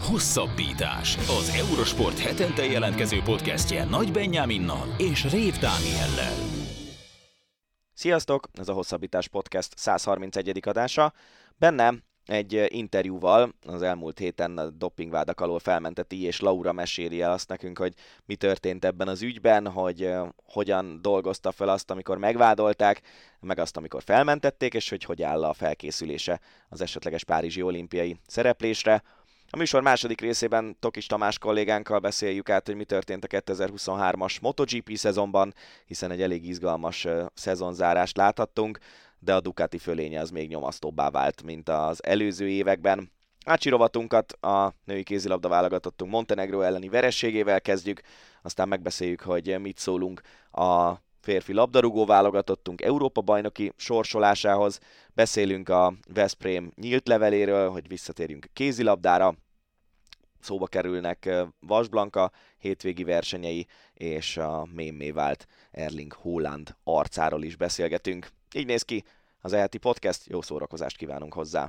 Hosszabbítás, az Eurosport hetente jelentkező podcastje Nagy Benyáminnal és Rév Dániellel. Sziasztok! Ez a Hosszabbítás podcast 131. adása. Benne egy interjúval az elmúlt héten a dopingvádak alól felmentett és Laura meséli el azt nekünk, hogy mi történt ebben az ügyben, hogy hogyan dolgozta fel azt, amikor megvádolták, meg azt, amikor felmentették, és hogy áll a felkészülése az esetleges párizsi olimpiai szereplésre. A műsor második részében Tokis Tamás kollégánkkal beszéljük át, hogy mi történt a 2023-as MotoGP szezonban, hiszen egy elég izgalmas szezonzárást láthattunk, de a Ducati fölénye az még nyomasztóbbá vált, mint az előző években. Ácsi rovatunkat a női kézilabda válogatottunk Montenegró elleni vereségével kezdjük, aztán megbeszéljük, hogy mit szólunk a férfi labdarúgó válogatottunk Európa-bajnoki sorsolásához, beszélünk a Veszprém nyílt leveléről, hogy visszatérjünk kézilabdára, szóba kerülnek Vas Blanka hétvégi versenyei, és a mémmé vált Erling Haaland arcáról is beszélgetünk. Így néz ki az EHETI Podcast, jó szórakozást kívánunk hozzá!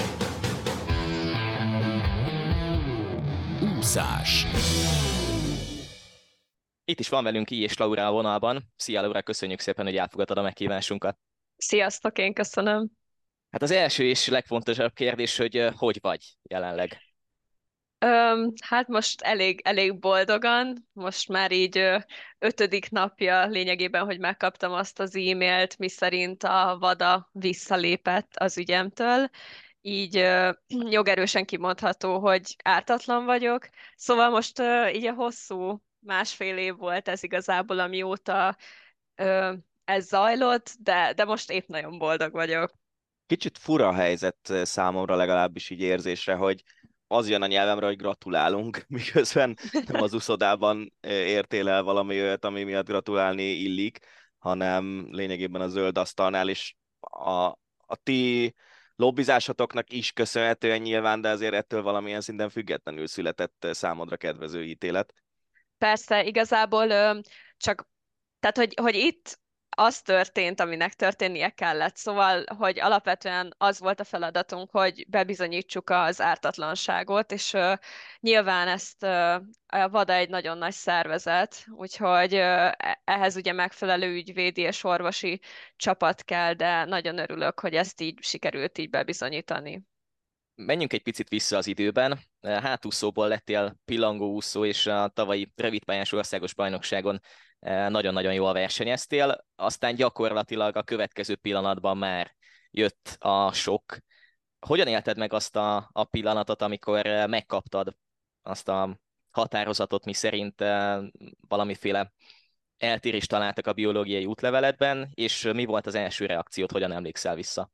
Úszás. Itt is van velünk I. és Laura a vonalban. Szia Laura, köszönjük szépen, hogy elfogadtad a meghívásunkat. Sziasztok, én köszönöm. Hát az első és legfontosabb kérdés, hogy vagy jelenleg? Hát most elég boldogan, most már így 5. napja lényegében, hogy megkaptam azt az e-mailt, miszerint a VADA visszalépett az ügyemtől, így jogerősen kimondható, hogy ártatlan vagyok. Szóval most így a hosszú 1,5 év volt ez igazából, amióta ez zajlott, de most épp nagyon boldog vagyok. Kicsit fura a helyzet számomra legalábbis így érzésre, hogy az jön a nyelvemre, hogy gratulálunk, miközben nem az uszodában értél el valami olyat, ami miatt gratulálni illik, hanem lényegében a zöld asztalnál, és a ti lobbizásatoknak is köszönhetően nyilván, de azért ettől valamilyen szinten függetlenül született számodra kedvező ítélet. Persze, igazából csak, tehát hogy itt az történt, aminek történnie kellett. Szóval, hogy alapvetően az volt a feladatunk, hogy bebizonyítsuk az ártatlanságot, és nyilván ezt a VADA egy nagyon nagy szervezet, úgyhogy ehhez ugye megfelelő ügyvédi és orvosi csapat kell, de nagyon örülök, hogy ezt így sikerült így bebizonyítani. Menjünk egy picit vissza az időben. Hátúszóból lettél pillangóúszó, és a tavalyi rövidpályás országos bajnokságon nagyon-nagyon jól versenyeztél. Aztán gyakorlatilag a következő pillanatban már jött a sok. Hogyan élted meg azt a pillanatot, amikor megkaptad azt a határozatot, miszerint valamiféle eltérést találtak a biológiai útleveledben, és mi volt az első reakciót, hogyan emlékszel vissza?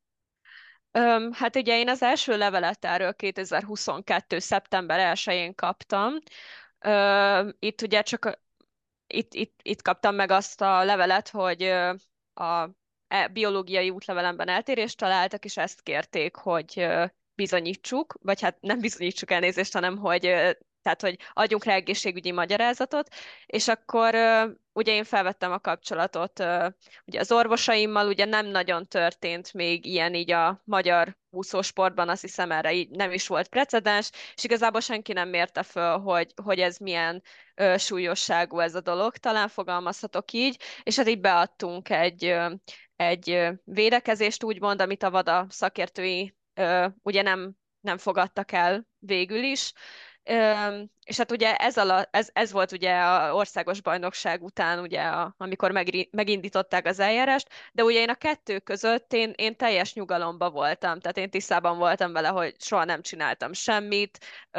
Hát ugye én az első levelet erről 2022. szeptember 1-én kaptam. Itt ugye csak itt kaptam meg azt a levelet, hogy a biológiai útlevelemben eltérést találtak, és ezt kérték, hogy bizonyítsuk, vagy hát nem bizonyítsuk, elnézést, hanem tehát, hogy adjunk rá egészségügyi magyarázatot, és akkor ugye én felvettem a kapcsolatot ugye az orvosaimmal, ugye nem nagyon történt még ilyen így a magyar úszósportban, azt hiszem erre így nem is volt precedens, és igazából senki nem mérte föl, hogy ez milyen súlyosságú ez a dolog, talán fogalmazhatok így, és hát így beadtunk egy védekezést, úgymond, amit a VADA szakértői ugye nem fogadtak el végül is. És hát ugye ez volt ugye a országos bajnokság után, ugye, amikor megindították az eljárást, de ugye én a kettő között én teljes nyugalomba voltam, tehát én tisztában voltam vele, hogy soha nem csináltam semmit,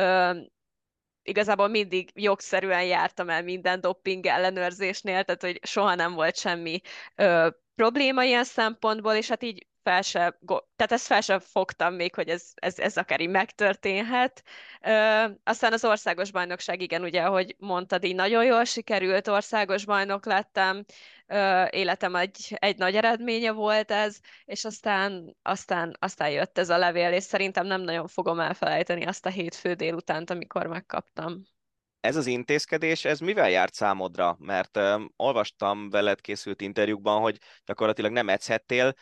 igazából mindig jogszerűen jártam el minden dopping ellenőrzésnél, tehát hogy soha nem volt semmi probléma ilyen szempontból, és hát így tehát ezt fel sem fogtam még, hogy ez akár így megtörténhet. Aztán az országos bajnokság, igen, ugye, ahogy mondtad, így nagyon jól sikerült, országos bajnok lettem, életem egy nagy eredménye volt ez, és aztán jött ez a levél, és szerintem nem nagyon fogom elfelejteni azt a hétfő délutánt, amikor megkaptam. Ez az intézkedés, ez mivel járt számodra? Mert olvastam veled készült interjúkban, hogy gyakorlatilag nem edzhettél.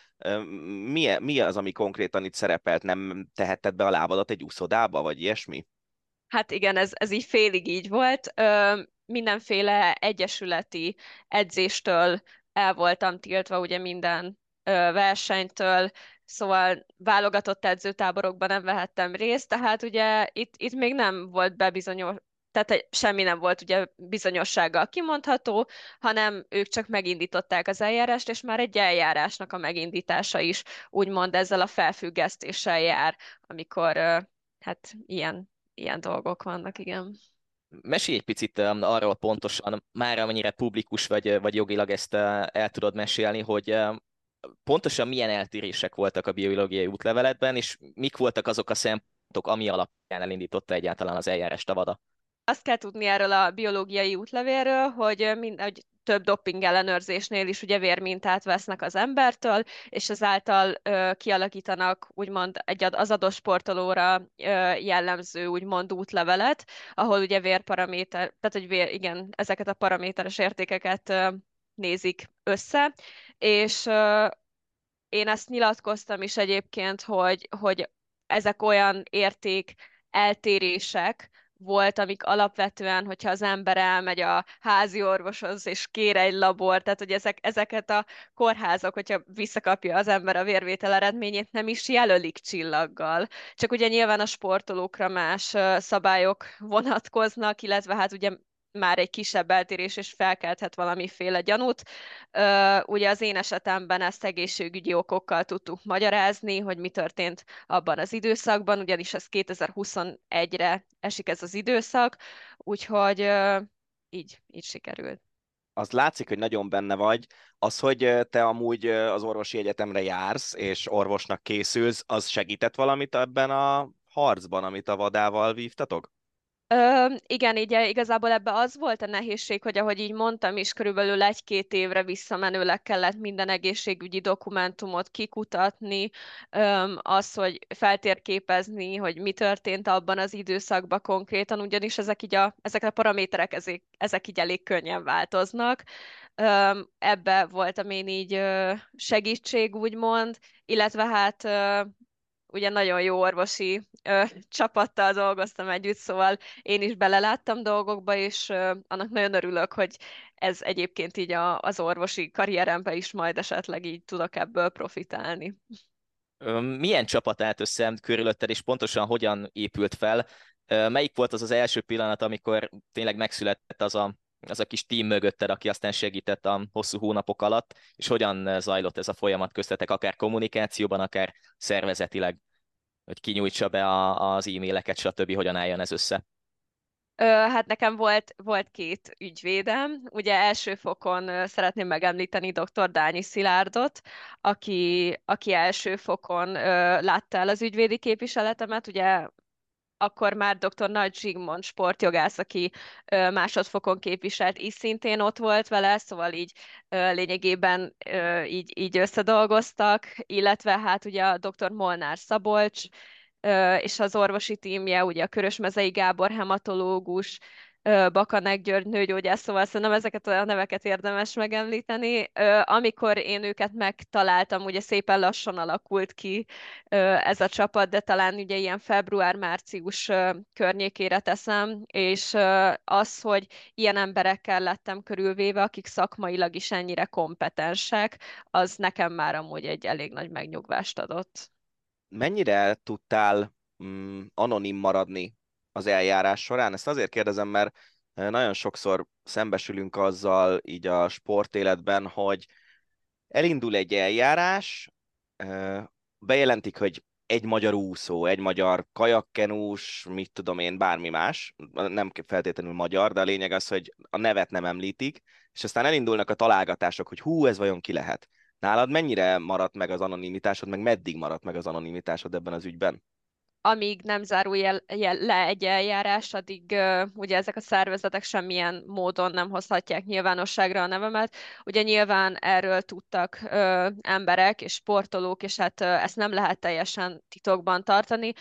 Mi az, ami konkrétan itt szerepelt? Nem tehetted be a lábadat egy úszodába, vagy ilyesmi? Hát igen, ez így félig így volt. Mindenféle egyesületi edzéstől el voltam tiltva, ugye minden versenytől, szóval válogatott edzőtáborokban nem vehettem részt, tehát ugye itt még nem volt bebizonyos, tehát semmi nem volt ugye bizonyossággal kimondható, hanem ők csak megindították az eljárást, és már egy eljárásnak a megindítása is úgymond ezzel a felfüggesztéssel jár, amikor hát ilyen dolgok vannak, igen. Mesélj egy picit arról pontosan, már amennyire publikus vagy jogilag ezt el tudod mesélni, hogy pontosan milyen eltérések voltak a biológiai útleveletben, és mik voltak azok a szempontok, ami alapján elindította egyáltalán az eljárást a VADA. Azt kell tudni erről a biológiai útlevélről, hogy több doping ellenőrzésnél is ugye vérmintát vesznek az embertől, és ezáltal kialakítanak úgymond az adott sportolóra jellemző úgymond útlevelet, ahol ugye vérparaméter, tehát hogy igen, ezeket a paraméteres értékeket nézik össze, és én ezt nyilatkoztam is egyébként, hogy ezek olyan érték eltérések volt, amik alapvetően, hogyha az ember elmegy a házi orvoshoz és kér egy labort, tehát hogy ezeket a kórházak, hogyha visszakapja az ember a vérvétel eredményét, nem is jelölik csillaggal. Csak ugye nyilván a sportolókra más szabályok vonatkoznak, illetve hát ugye már egy kisebb eltérés, és felkelthet valamiféle gyanút. Ugye az én esetemben ezt egészségügyi okokkal tudtuk magyarázni, hogy mi történt abban az időszakban, ugyanis ez 2021-re esik ez az időszak, úgyhogy így sikerült. Az látszik, hogy nagyon benne vagy. Az, hogy te amúgy az orvosi egyetemre jársz, és orvosnak készülsz, az segített valamit ebben a harcban, amit a vadával vívtatok? Igen, így igazából ebbe az volt a nehézség, hogy ahogy így mondtam is, körülbelül 1-2 évre visszamenőleg kellett minden egészségügyi dokumentumot kikutatni, az, hogy feltérképezni, hogy mi történt abban az időszakban konkrétan, ugyanis ezek a paraméterek ezek így elég könnyen változnak. Ebbe voltam én így segítség, úgymond, illetve hát ugye nagyon jó orvosi csapattal dolgoztam együtt, szóval én is beleláttam dolgokba, és annak nagyon örülök, hogy ez egyébként így az orvosi karrieremben is majd esetleg így tudok ebből profitálni. Milyen csapat állt össze körülötted, és pontosan hogyan épült fel? Melyik volt az az első pillanat, amikor tényleg megszületett az a kis tím mögötted, aki aztán segített a hosszú hónapok alatt, és hogyan zajlott ez a folyamat köztetek, akár kommunikációban, akár szervezetileg, hogy kinyújtsa be az e-maileket, stb., hogyan álljon ez össze? Hát nekem volt 2 ügyvédem. Ugye első fokon szeretném megemlíteni dr. Dányi Szilárdot, aki első fokon látta el az ügyvédi képviseletemet. Ugye akkor már dr. Nagy Zsigmond sportjogász, aki másodfokon képviselt, is szintén ott volt vele, szóval így lényegében így összedolgoztak, illetve hát ugye a dr. Molnár Szabolcs, és az orvosi tímje, ugye a Körösmezei Gábor hematológus, Bakanek György nőgyógyász, szóval szerintem ezeket a neveket érdemes megemlíteni. Amikor én őket megtaláltam, ugye szépen lassan alakult ki ez a csapat, de talán ugye ilyen február-március környékére teszem, és az, hogy ilyen emberekkel lettem körülvéve, akik szakmailag is ennyire kompetensek, az nekem már amúgy egy elég nagy megnyugvást adott. Mennyire tudtál anonim maradni az eljárás során? Ezt azért kérdezem, mert nagyon sokszor szembesülünk azzal így a sportéletben, hogy elindul egy eljárás, bejelentik, hogy egy magyar úszó, egy magyar kajakkenús, mit tudom én, bármi más, nem feltétlenül magyar, de a lényeg az, hogy a nevet nem említik, és aztán elindulnak a találgatások, hogy hú, ez vajon ki lehet. Nálad mennyire maradt meg az anonimitásod, meg meddig maradt meg az anonimitásod ebben az ügyben? Amíg nem zárul le egy eljárás, addig ugye ezek a szervezetek semmilyen módon nem hozhatják nyilvánosságra a nevemet. Ugye nyilván erről tudtak emberek és sportolók, és hát ezt nem lehet teljesen titokban tartani,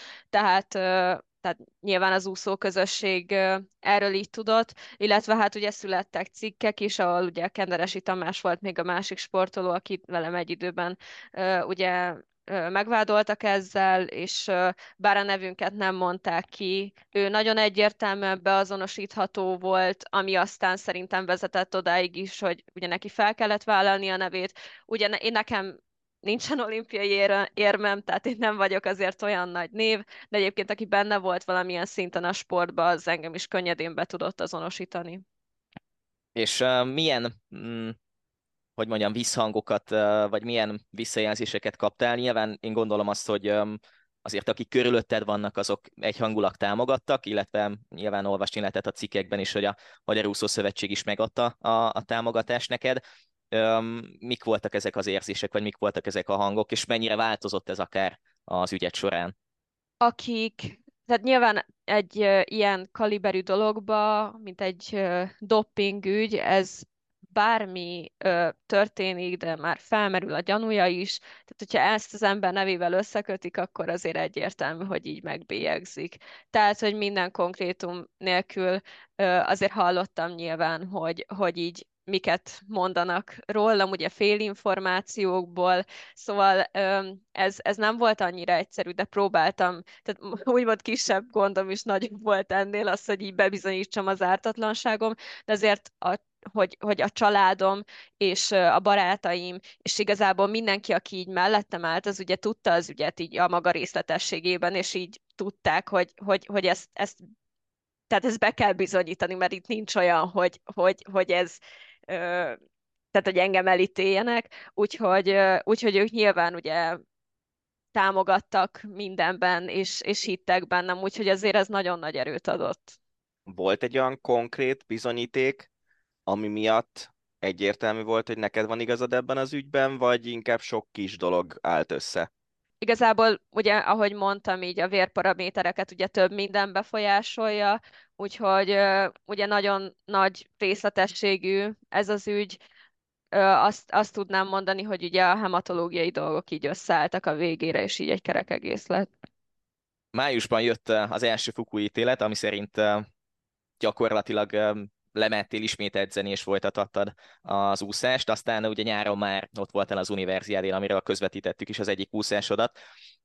tehát nyilván az úszóközösség erről így tudott, illetve hát ugye születtek cikkek is, ahol ugye Kenderesi Tamás volt még a másik sportoló, aki velem egy időben ugye megvádoltak ezzel, és bár a nevünket nem mondták ki, ő nagyon egyértelműen beazonosítható volt, ami aztán szerintem vezetett odáig is, hogy ugye neki fel kellett vállalni a nevét. Ugye én nekem nincsen olimpiai érmem, tehát én nem vagyok azért olyan nagy név, de egyébként aki benne volt valamilyen szinten a sportban, az engem is könnyedén be tudott azonosítani. És milyen, hogy mondjam, visszhangokat, vagy milyen visszajelzéseket kaptál? Nyilván én gondolom azt, hogy azért akik körülötted vannak, azok egyhangulag támogattak, illetve nyilván olvasni lehetett a cikkekben is, hogy a Magyar Úszó Szövetség is megadta a támogatást neked. Mik voltak ezek az érzések, vagy mik voltak ezek a hangok, és mennyire változott ez akár az ügyet során? Tehát nyilván egy ilyen kaliberű dologba, mint egy dopingügy, ez bármi történik, de már felmerül a gyanúja is. Tehát, hogyha ezt az ember nevével összekötik, akkor azért egyértelmű, hogy így megbélyegzik. Tehát, hogy minden konkrétum nélkül azért hallottam nyilván, hogy így miket mondanak rólam, ugye félinformációkból, szóval ez nem volt annyira egyszerű, de próbáltam, tehát úgymond kisebb gondom is nagyobb volt ennél az, hogy így bebizonyítsam az ártatlanságom, de azért hogy a családom és a barátaim, és igazából mindenki, aki így mellettem állt, az ugye tudta az ügyet így a maga részletességében, és így tudták, hogy ezt tehát ezt be kell bizonyítani, mert itt nincs olyan, hogy ez tehát, hogy engem elítéljenek, úgyhogy ők nyilván ugye támogattak mindenben, és hittek bennem, úgyhogy azért ez nagyon nagy erőt adott. Volt egy olyan konkrét bizonyíték, ami miatt egyértelmű volt, hogy neked van igazad ebben az ügyben, vagy inkább sok kis dolog állt össze? Igazából, ugye, ahogy mondtam, így a vérparamétereket ugye több minden befolyásolja, úgyhogy ugye nagyon nagy részletességű ez az ügy. Azt tudnám mondani, hogy ugye a hematológiai dolgok így összeálltak a végére, és így egy kerek egész lett. Májusban jött az első fokú ítélet, ami szerint gyakorlatilag lementél ismét edzeni, és folytathattad az úszást, aztán ugye nyáron már ott voltál az Universiádén, amiről közvetítettük is az egyik úszásodat.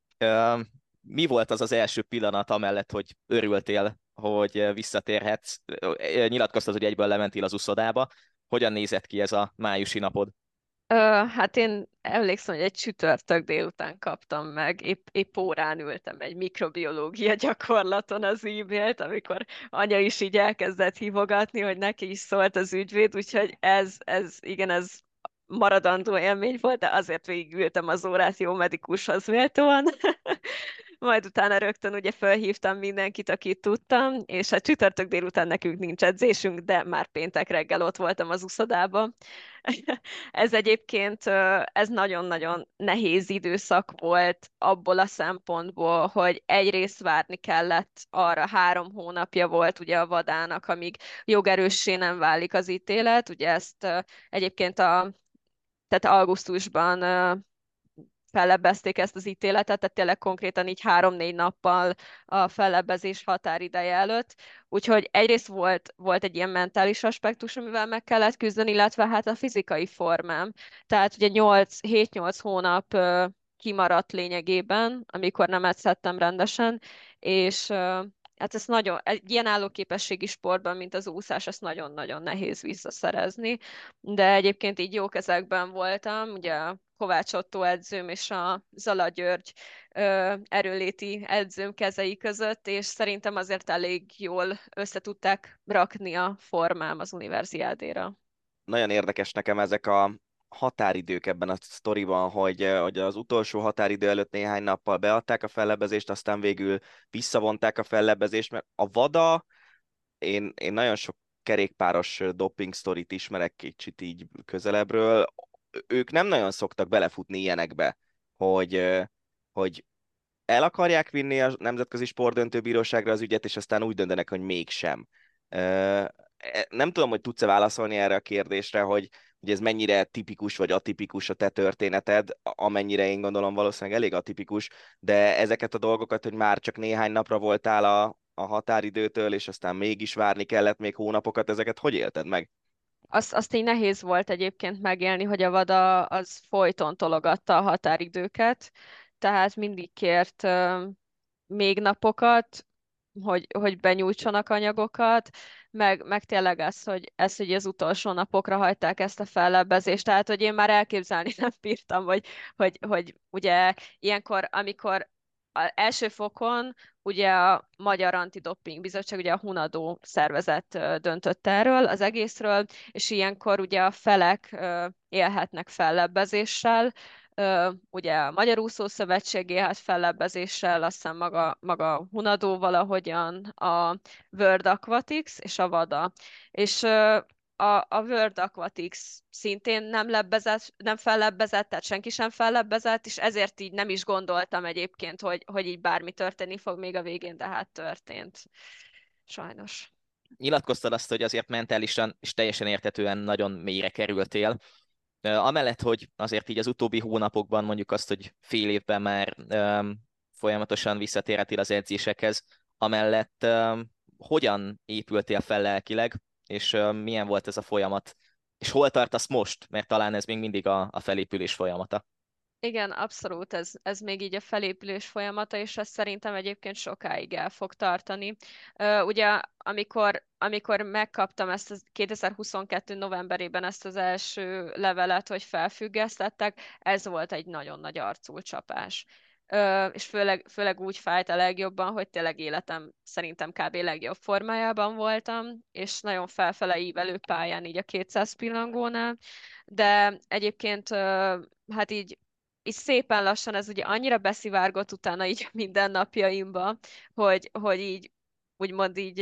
Mi volt az az első pillanat amellett, hogy örültél, hogy visszatérhetsz? Nyilatkoztad, hogy egyből lementél az uszodába. Hogyan nézett ki ez a májusi napod? Hát én emlékszem, hogy egy csütörtök délután kaptam meg, épp órán ültem egy mikrobiológia gyakorlaton az e-mailt, amikor anya is így elkezdett hívogatni, hogy neki is szólt az ügyvéd, úgyhogy ez maradandó élmény volt, de azért végigültem az órát jó medikushoz méltóan. Majd utána rögtön ugye felhívtam mindenkit, akit tudtam, és a csütörtök délután nekünk nincs edzésünk, de már péntek reggel ott voltam az uszodában. Ez egyébként, ez nagyon-nagyon nehéz időszak volt abból a szempontból, hogy egyrészt várni kellett arra, 3 hónapja volt ugye a vadának, amíg jogerőssé nem válik az ítélet. Ugye ezt egyébként tehát augusztusban fellebbezték ezt az ítéletet, tehát tényleg konkrétan így 3-4 nappal a fellebbezés határideje előtt. Úgyhogy egyrészt volt egy ilyen mentális aspektus, amivel meg kellett küzdeni, illetve hát a fizikai formám. Tehát ugye 7-8 hónap kimaradt lényegében, amikor nem edzhettem rendesen, és hát ez egy ilyen állóképességi sportban, mint az úszás, ezt nagyon-nagyon nehéz visszaszerezni, de egyébként így jó kezekben voltam, ugye a Kovács Ottó edzőm és a Zala György erőléti edzőm kezei között, és szerintem azért elég jól összetudták rakni a formám az Universiádéra. Nagyon érdekes nekem ezek a határidők ebben a sztoriban, hogy az utolsó határidő előtt néhány nappal beadták a fellebbezést, aztán végül visszavonták a fellebbezést, mert a VADA, én nagyon sok kerékpáros doping sztorit ismerek kicsit így közelebbről, ők nem nagyon szoktak belefutni ilyenekbe, hogy el akarják vinni a Nemzetközi Sportdöntőbíróságra az ügyet, és aztán úgy döntenek, hogy mégsem. Nem tudom, hogy tudsz-e válaszolni erre a kérdésre, hogy ez mennyire tipikus vagy atipikus a te történeted, amennyire én gondolom valószínűleg elég atipikus, de ezeket a dolgokat, hogy már csak néhány napra voltál a határidőtől, és aztán mégis várni kellett még hónapokat, ezeket hogy élted meg? Azt így nehéz volt egyébként megélni, hogy a VADA az folyton tologatta a határidőket, tehát mindig kért még napokat, hogy benyújtsanak anyagokat, meg tényleg hogy az utolsó napokra hagyták ezt a fellebbezést, tehát hogy én már elképzelni nem bírtam, hogy ugye ilyenkor, amikor első fokon ugye a Magyar Antidoping Bizottság, ugye a Hunadó szervezet döntött erről az egészről, és ilyenkor ugye a felek élhetnek fellebbezéssel, ugye a Magyar Úszó Szövetség élhet fellebbezéssel, aztán maga a Hunadó valahogyan, a World Aquatics és a WADA. És a World Aquatics szintén nem fellebbezett, tehát senki sem fellebbezett, és ezért így nem is gondoltam egyébként, hogy így bármi történni fog még a végén, de hát történt. Sajnos. Nyilatkoztad azt, hogy azért mentálisan és teljesen érthetően nagyon mélyre kerültél. Amellett, hogy azért így az utóbbi hónapokban mondjuk azt, hogy fél évben már folyamatosan visszatérhetél az edzésekhez, amellett hogyan épültél fel lelkileg, és milyen volt ez a folyamat, és hol tartasz most, mert talán ez még mindig a felépülés folyamata. Igen, abszolút, ez még így a felépülés folyamata, és ez szerintem egyébként sokáig el fog tartani. Ugye, amikor megkaptam ezt a 2022. novemberében ezt az első levelet, hogy felfüggesztettek, ez volt egy nagyon nagy arculcsapás. És főleg úgy fájt a legjobban, hogy tényleg életem szerintem kb. Legjobb formájában voltam, és nagyon felfele ívelő pályán így a 200 pillangónál, de egyébként hát így szépen lassan ez ugye annyira beszivárgott utána így minden napjaimba, hogy így úgymond így,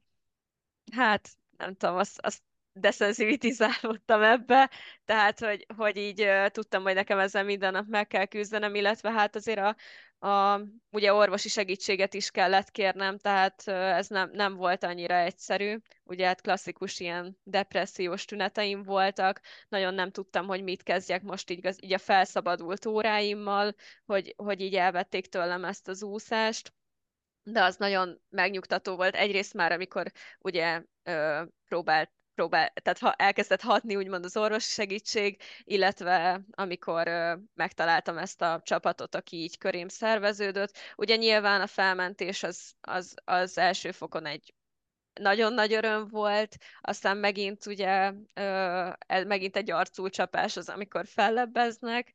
hát nem tudom, azt deszenzitivizálódtam ebbe, tehát hogy így tudtam, hogy nekem ezzel minden nap meg kell küzdenem, illetve hát azért ugye orvosi segítséget is kellett kérnem, tehát ez nem volt annyira egyszerű. Ugye hát klasszikus ilyen depressziós tüneteim voltak, nagyon nem tudtam, hogy mit kezdjek most így a felszabadult óráimmal, hogy így elvették tőlem ezt az úszást, de az nagyon megnyugtató volt. Egyrészt már, amikor ugye tehát ha elkezdett hatni úgymond az orvosi segítség, illetve amikor megtaláltam ezt a csapatot, aki így körém szerveződött. Ugye nyilván a felmentés az első fokon egy nagyon nagy öröm volt, aztán megint ugye megint egy arculcsapás az, amikor fellebbeznek,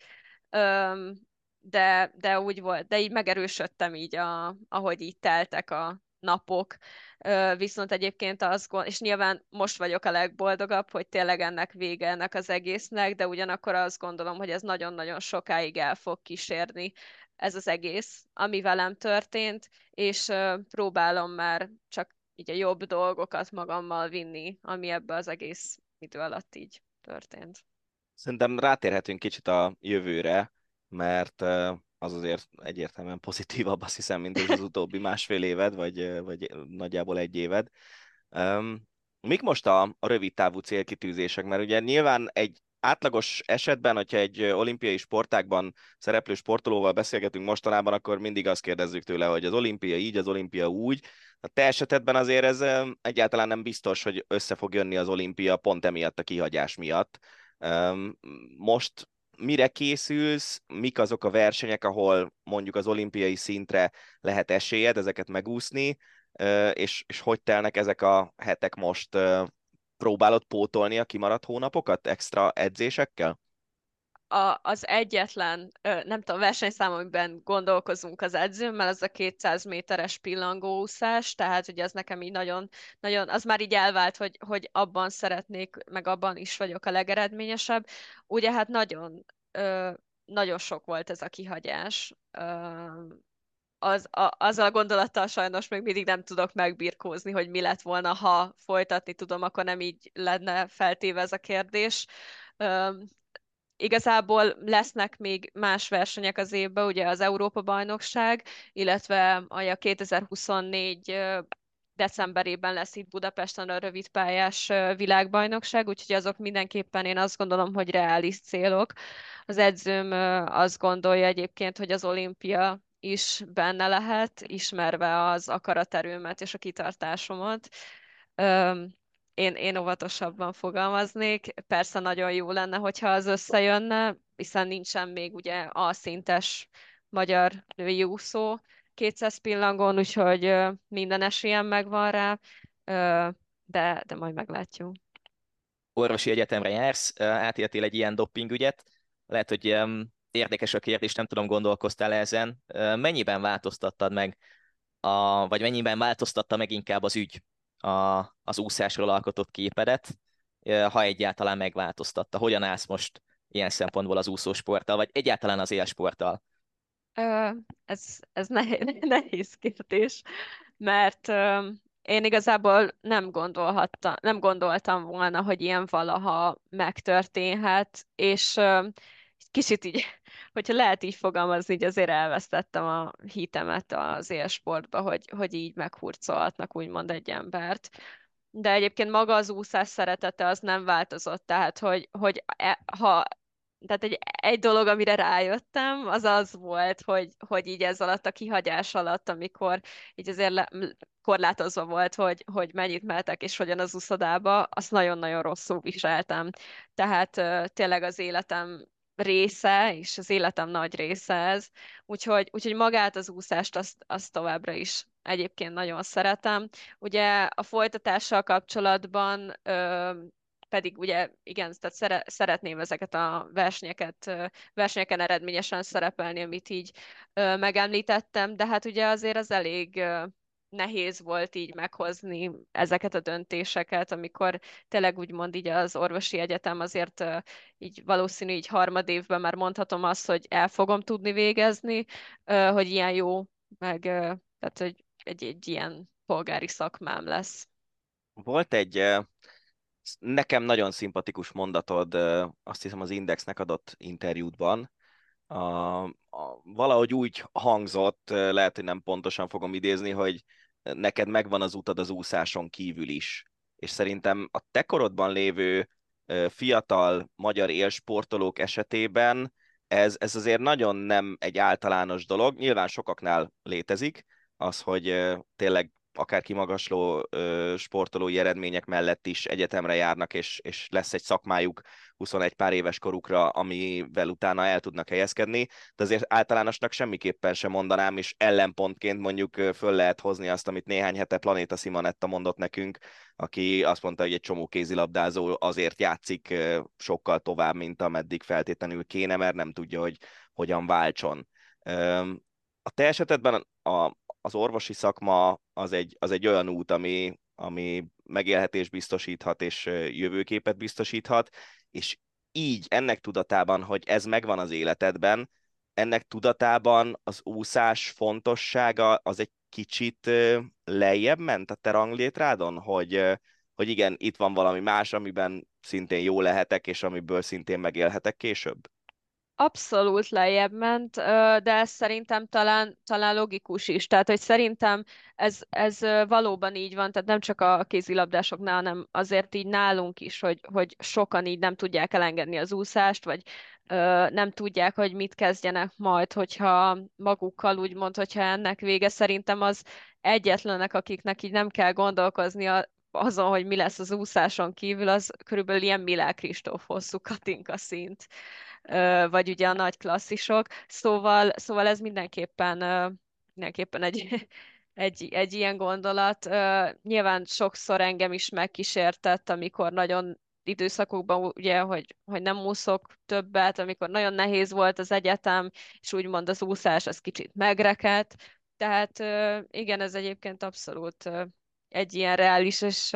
de úgy volt, de így megerősödtem így, ahogy így teltek a napok, viszont egyébként és nyilván most vagyok a legboldogabb, hogy tényleg ennek vége ennek az egésznek, de ugyanakkor azt gondolom, hogy ez nagyon-nagyon sokáig el fog kísérni ez az egész, ami velem történt, és próbálom már csak így a jobb dolgokat magammal vinni, ami ebbe az egész idő alatt így történt. Szerintem rátérhetünk kicsit a jövőre, mert az azért egyértelműen pozitívabb, azt hiszem, mint az utóbbi másfél éved, vagy nagyjából egy éved. Mik most a rövid távú célkitűzések? Mert ugye nyilván egy átlagos esetben, hogyha egy olimpiai sportágban szereplő sportolóval beszélgetünk mostanában, akkor mindig azt kérdezzük tőle, hogy az olimpia így, az olimpia úgy. A te esetedben azért ez egyáltalán nem biztos, hogy össze fog jönni az olimpia pont emiatt a kihagyás miatt. Most mire készülsz, mik azok a versenyek, ahol mondjuk az olimpiai szintre lehet esélyed ezeket megúszni, és hogy telnek ezek a hetek most? Próbálod pótolni a kimaradt hónapokat extra edzésekkel? Az egyetlen, nem tudom, versenyszám, amiben gondolkozunk az edzőmmel, az a 200 méteres pillangóúszás, tehát hogy az nekem így nagyon, nagyon, az már így elvált, hogy abban szeretnék, meg abban is vagyok a legeredményesebb. Ugye hát nagyon sok volt ez a kihagyás. Azzal a gondolattal sajnos még mindig nem tudok megbirkózni, hogy mi lett volna, ha folytatni tudom, akkor nem így lenne feltéve ez a kérdés. Igazából lesznek még más versenyek az évben, ugye az Európa-bajnokság, illetve a 2024 decemberében lesz itt Budapesten a rövidpályás világbajnokság, úgyhogy azok mindenképpen én azt gondolom, hogy reális célok. Az edzőm azt gondolja egyébként, hogy az olimpia is benne lehet, ismerve az akaraterőmet és a kitartásomat. Én óvatosabban fogalmaznék. Persze nagyon jó lenne, hogyha az összejönne, hiszen nincsen még ugye A-szintes magyar női úszó 200 pillangón, úgyhogy minden esélyem megvan rá, de majd meglátjuk. Orvosi egyetemre jársz, átéltél egy ilyen doppingügyet, lehet, hogy érdekes a kérdés, nem tudom, gondolkoztál ezen. Mennyiben változtattad meg, vagy mennyiben változtatta meg inkább az ügy az úszásról alkotott képedet, ha egyáltalán megváltoztatta? Hogyan állsz most ilyen szempontból az úszósporttal, vagy egyáltalán az élsporttal? Ö, ez nehéz kérdés, mert én igazából nem gondoltam volna, hogy ilyen valaha megtörténhet, és kicsit így, hogyha lehet így fogalmazni, így azért elvesztettem a hitemet az élsportba, hogy így meghurcolhatnak úgymond egy embert. De egyébként maga az úszás szeretete az nem változott, tehát ha tehát egy dolog, amire rájöttem, az az volt, hogy így ez alatt a kihagyás alatt, amikor így azért korlátozva volt, hogy mennyit mehetek és hogyan az uszodába, azt nagyon-nagyon rosszul viseltem. Tehát tényleg az életem része, és az életem nagy része ez. Úgyhogy magát az úszást azt továbbra is egyébként nagyon szeretem. Ugye a folytatással kapcsolatban pedig ugye igen, tehát szeretném ezeket a versenyeken eredményesen szerepelni, amit így megemlítettem, de hát ugye azért az elég nehéz volt így meghozni ezeket a döntéseket, amikor tényleg úgymond így az orvosi egyetem azért így valószínű így harmadévben már mondhatom azt, hogy el fogom tudni végezni, hogy ilyen jó, meg tehát, hogy egy ilyen polgári szakmám lesz. Volt egy nekem nagyon szimpatikus mondatod, azt hiszem az Indexnek adott interjútban. Valahogy úgy hangzott, lehet, hogy nem pontosan fogom idézni, hogy neked megvan az utad az úszáson kívül is. És szerintem a te korodban lévő fiatal magyar élsportolók esetében ez azért nagyon nem egy általános dolog. Nyilván sokaknál létezik az, hogy tényleg akár kimagasló sportolói eredmények mellett is egyetemre járnak, és lesz egy szakmájuk 21 pár éves korukra, amivel utána el tudnak helyezkedni, de azért általánosnak semmiképpen sem mondanám, és ellenpontként mondjuk föl lehet hozni azt, amit néhány hete Planéta Simonetta mondott nekünk, aki azt mondta, hogy egy csomó kézilabdázó azért játszik sokkal tovább, mint ameddig feltétlenül kéne, mert nem tudja, hogy hogyan váltson. A te esetedben az orvosi szakma az egy olyan út, ami megélhetést biztosíthat és jövőképet biztosíthat, és így ennek tudatában, hogy ez megvan az életedben, ennek tudatában az úszás fontossága az egy kicsit lejjebb ment a te ranglétrádon, hogy igen, itt van valami más, amiben szintén jó lehetek, és amiből szintén megélhetek később? Abszolút lejjebb ment, de ez szerintem talán logikus is. Tehát, hogy szerintem ez valóban így van, tehát nem csak a kézilabdásoknál, hanem azért így nálunk is, hogy sokan így nem tudják elengedni az úszást, vagy nem tudják, hogy mit kezdjenek majd, hogyha magukkal úgymond, hogyha ennek vége. Szerintem az egyetlenek, akiknek így nem kell gondolkozni azon, hogy mi lesz az úszáson kívül, az körülbelül ilyen Milák Kristóf hosszú Katinka szint, vagy ugye a nagy klasszisok. Szóval ez mindenképpen egy ilyen gondolat. Nyilván sokszor engem is megkísértett, amikor nagyon időszakokban, ugye, hogy nem úszok többet, amikor nagyon nehéz volt az egyetem, és úgymond az úszás az kicsit megrekedt. Tehát igen, ez egyébként abszolút egy ilyen reális, és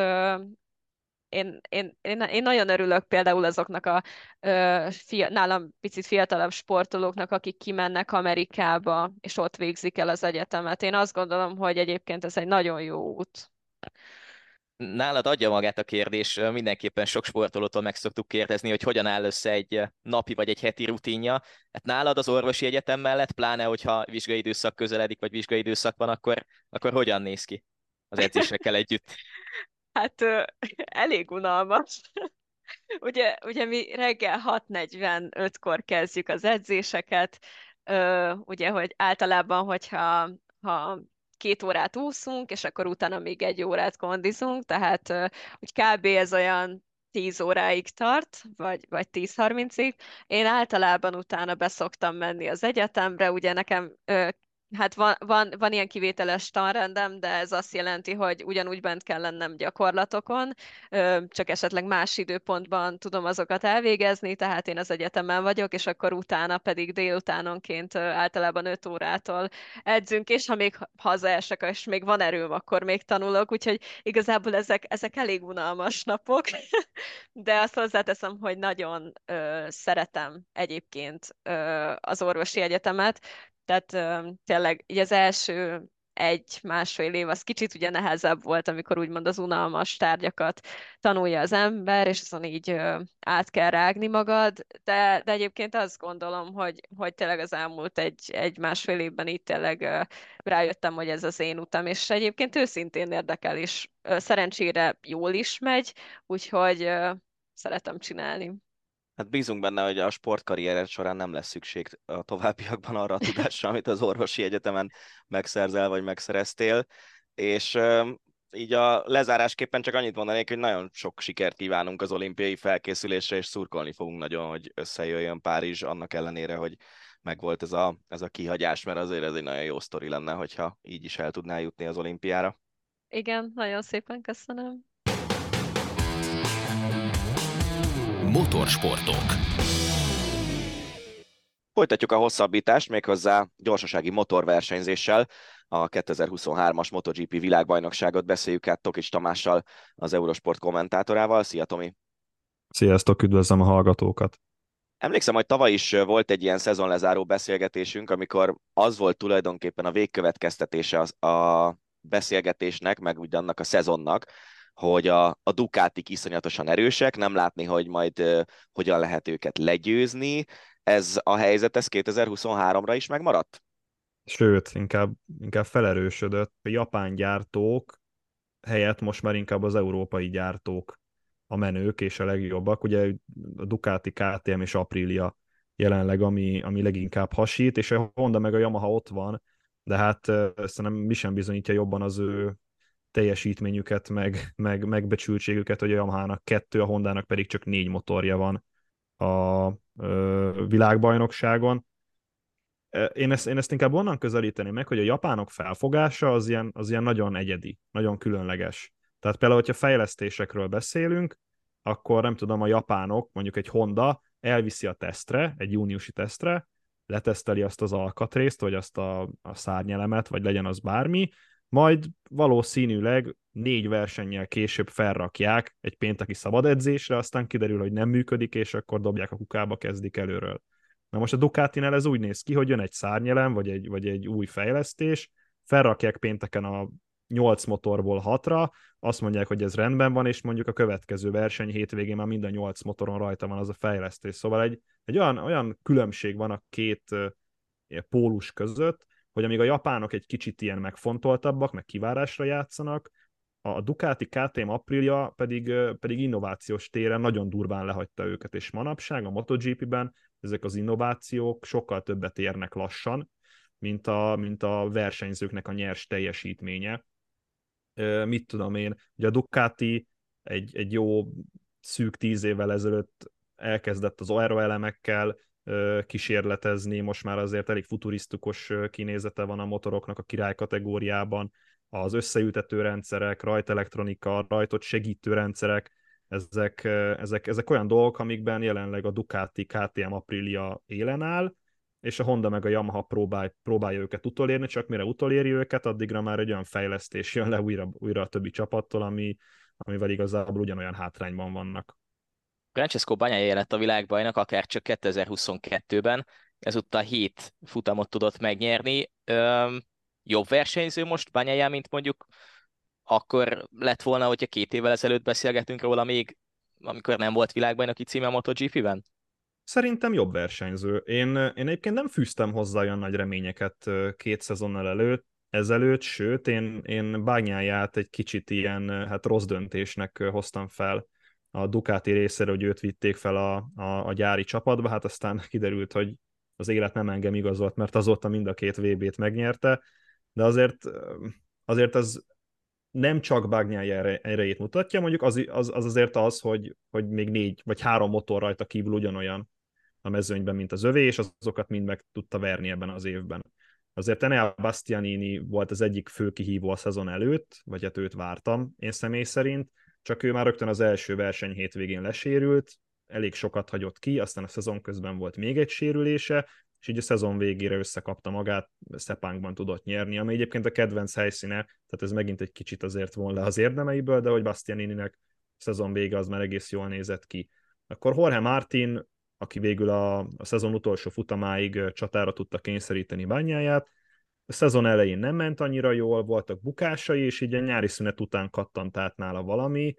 én nagyon örülök például azoknak a nálam picit fiatalabb sportolóknak, akik kimennek Amerikába, és ott végzik el az egyetemet. Én azt gondolom, hogy egyébként ez egy nagyon jó út. Nálad adja magát a kérdés, mindenképpen sok sportolótól meg szoktuk kérdezni, hogy hogyan áll össze egy napi vagy egy heti rutinja. Hát nálad az orvosi egyetem mellett, pláne hogyha vizsgai időszak közeledik, vagy vizsgai időszak van, akkor hogyan néz ki az edzésekkel együtt? Hát elég unalmas. Ugye mi reggel 6:45-kor kezdjük az edzéseket, ugye, hogy általában, ha 2 órát úszunk, és akkor utána még 1 órát kondizunk, tehát úgy kb. Ez olyan 10 óráig tart, vagy 10:30-ig. Én általában utána beszoktam menni az egyetemre, ugye nekem hát van ilyen kivételes tanrendem, de ez azt jelenti, hogy ugyanúgy bent kell lennem gyakorlatokon, csak esetleg más időpontban tudom azokat elvégezni, tehát én az egyetemen vagyok, és akkor utána pedig délutánonként általában 5 órától edzünk, és ha még hazaesek, és még van erőm, akkor még tanulok, úgyhogy igazából ezek elég unalmas napok, de azt hozzáteszem, hogy nagyon szeretem egyébként az orvosi egyetemet, tehát tényleg így az első 1-1,5 év az kicsit ugye nehezebb volt, amikor úgymond az unalmas tárgyakat tanulja az ember, és azon így át kell rágni magad, de egyébként azt gondolom, hogy tényleg az elmúlt 1-1,5 évben így tényleg rájöttem, hogy ez az én utam, és egyébként őszintén érdekel, és szerencsére jól is megy, úgyhogy szeretem csinálni. Hát bízunk benne, hogy a sportkarriered során nem lesz szükség a továbbiakban arra a tudásra, amit az orvosi egyetemen megszerzel, vagy megszereztél. És így a lezárásképpen csak annyit mondanék, hogy nagyon sok sikert kívánunk az olimpiai felkészülésre, és szurkolni fogunk nagyon, hogy összejöjjön Párizs, annak ellenére, hogy megvolt ez a kihagyás, mert azért ez egy nagyon jó sztori lenne, hogyha így is el tudnál jutni az olimpiára. Igen, nagyon szépen köszönöm. Motorsportok. Folytatjuk a hosszabbítást méghozzá gyorsasági motorversenyzéssel. A 2023-as MotoGP világbajnokságot beszéljük át Tokics Tamással, az Eurosport kommentátorával. Szia, Tomi! Sziasztok, üdvözlöm a hallgatókat! Emlékszem, hogy tavaly is volt egy ilyen szezonlezáró beszélgetésünk, amikor az volt tulajdonképpen a végkövetkeztetése a beszélgetésnek, meg úgy annak a szezonnak, hogy a Ducatik iszonyatosan erősek, nem látni, hogy majd hogyan lehet őket legyőzni. Ez a helyzet, ez 2023-ra is megmaradt? Sőt, inkább felerősödött. A japán gyártók helyett most már inkább az európai gyártók a menők és a legjobbak. Ugye a Ducati, KTM és Aprilia jelenleg, ami leginkább hasít, és a Honda meg a Yamaha ott van, de hát szerintem mi sem bizonyítja jobban az ő teljesítményüket, meg megbecsültségüket, hogy a Yamahának 2, a Hondának pedig csak 4 motorja van a világbajnokságon. Én ezt inkább onnan közelíteném meg, hogy a japánok felfogása az ilyen nagyon egyedi, nagyon különleges. Tehát például, hogyha fejlesztésekről beszélünk, akkor nem tudom, a japánok, mondjuk egy Honda elviszi a tesztre, egy júniusi tesztre, leteszteli azt az alkatrészt, vagy azt a szárnyelemet, vagy legyen az bármi, majd valószínűleg 4 versennyel később felrakják egy pénteki szabadedzésre, aztán kiderül, hogy nem működik, és akkor dobják a kukába, kezdik előről. Na most a Ducatinál ez úgy néz ki, hogy jön egy szárnyelem, vagy egy új fejlesztés, felrakják pénteken a 8 motorból 6-ra, azt mondják, hogy ez rendben van, és mondjuk a következő verseny hétvégén már mind a 8 motoron rajta van az a fejlesztés. Szóval egy olyan különbség van a két pólus között, hogy amíg a japánok egy kicsit ilyen megfontoltabbak, meg kivárásra játszanak, a Ducati, KTM, Aprilia pedig innovációs téren nagyon durván lehagyta őket, és manapság a MotoGP-ben ezek az innovációk sokkal többet érnek lassan, mint a versenyzőknek a nyers teljesítménye. Mit tudom én, ugye a Ducati egy jó szűk 10 évvel ezelőtt elkezdett az aeroelemekkel kísérletezni, most már azért elég futurisztikus kinézete van a motoroknak a király kategóriában, az összeültető rendszerek, rajtelektronika, rajtot segítő rendszerek, ezek olyan dolgok, amikben jelenleg a Ducati, KTM, Aprilia élen áll, és a Honda meg a Yamaha próbálja őket utolérni, csak mire utoléri őket, addigra már egy olyan fejlesztés jön le újra a többi csapattól, amivel igazából ugyanolyan hátrányban vannak. Francesco Bagnaia lett a világbajnok, akár csak 2022-ben, ezúttal 7 futamot tudott megnyerni. Jobb versenyző most Bagnaia, mint mondjuk akkor lett volna, hogyha 2 évvel ezelőtt beszélgetünk róla még, amikor nem volt világbajnoki címe a MotoGP-ben? Szerintem jobb versenyző. Én egyébként nem fűztem hozzá olyan nagy reményeket 2 szezonnal ezelőtt, sőt, én Bagnaia-t egy kicsit ilyen hát rossz döntésnek hoztam fel a Ducati részéről, hogy őt vitték fel a gyári csapatba, hát aztán kiderült, hogy az élet nem engem igazolt, mert azóta mind a 2 VB-t megnyerte, de azért nem csak Bagnaia erejét mutatja, mondjuk az azért az, hogy még 4 vagy 3 motor rajta kívül ugyanolyan a mezőnyben, mint az övé, és azokat mind meg tudta verni ebben az évben. Azért Enea Bastianini volt az egyik fő kihívó a szezon előtt, vagy hát őt vártam én személy szerint, csak ő már rögtön az első verseny hétvégén lesérült, elég sokat hagyott ki, aztán a szezon közben volt még egy sérülése, és így a szezon végére összekapta magát, Sepangban tudott nyerni, ami egyébként a kedvenc helyszíne, tehát ez megint egy kicsit azért von le az érdemeiből, de hogy Bastianininek szezon vége az már egész jól nézett ki. Akkor Jorge Martin, aki végül a szezon utolsó futamáig csatára tudta kényszeríteni Bagnaia-ját, a szezon elején nem ment annyira jól, voltak bukásai, és így a nyári szünet után kattant át nála valami,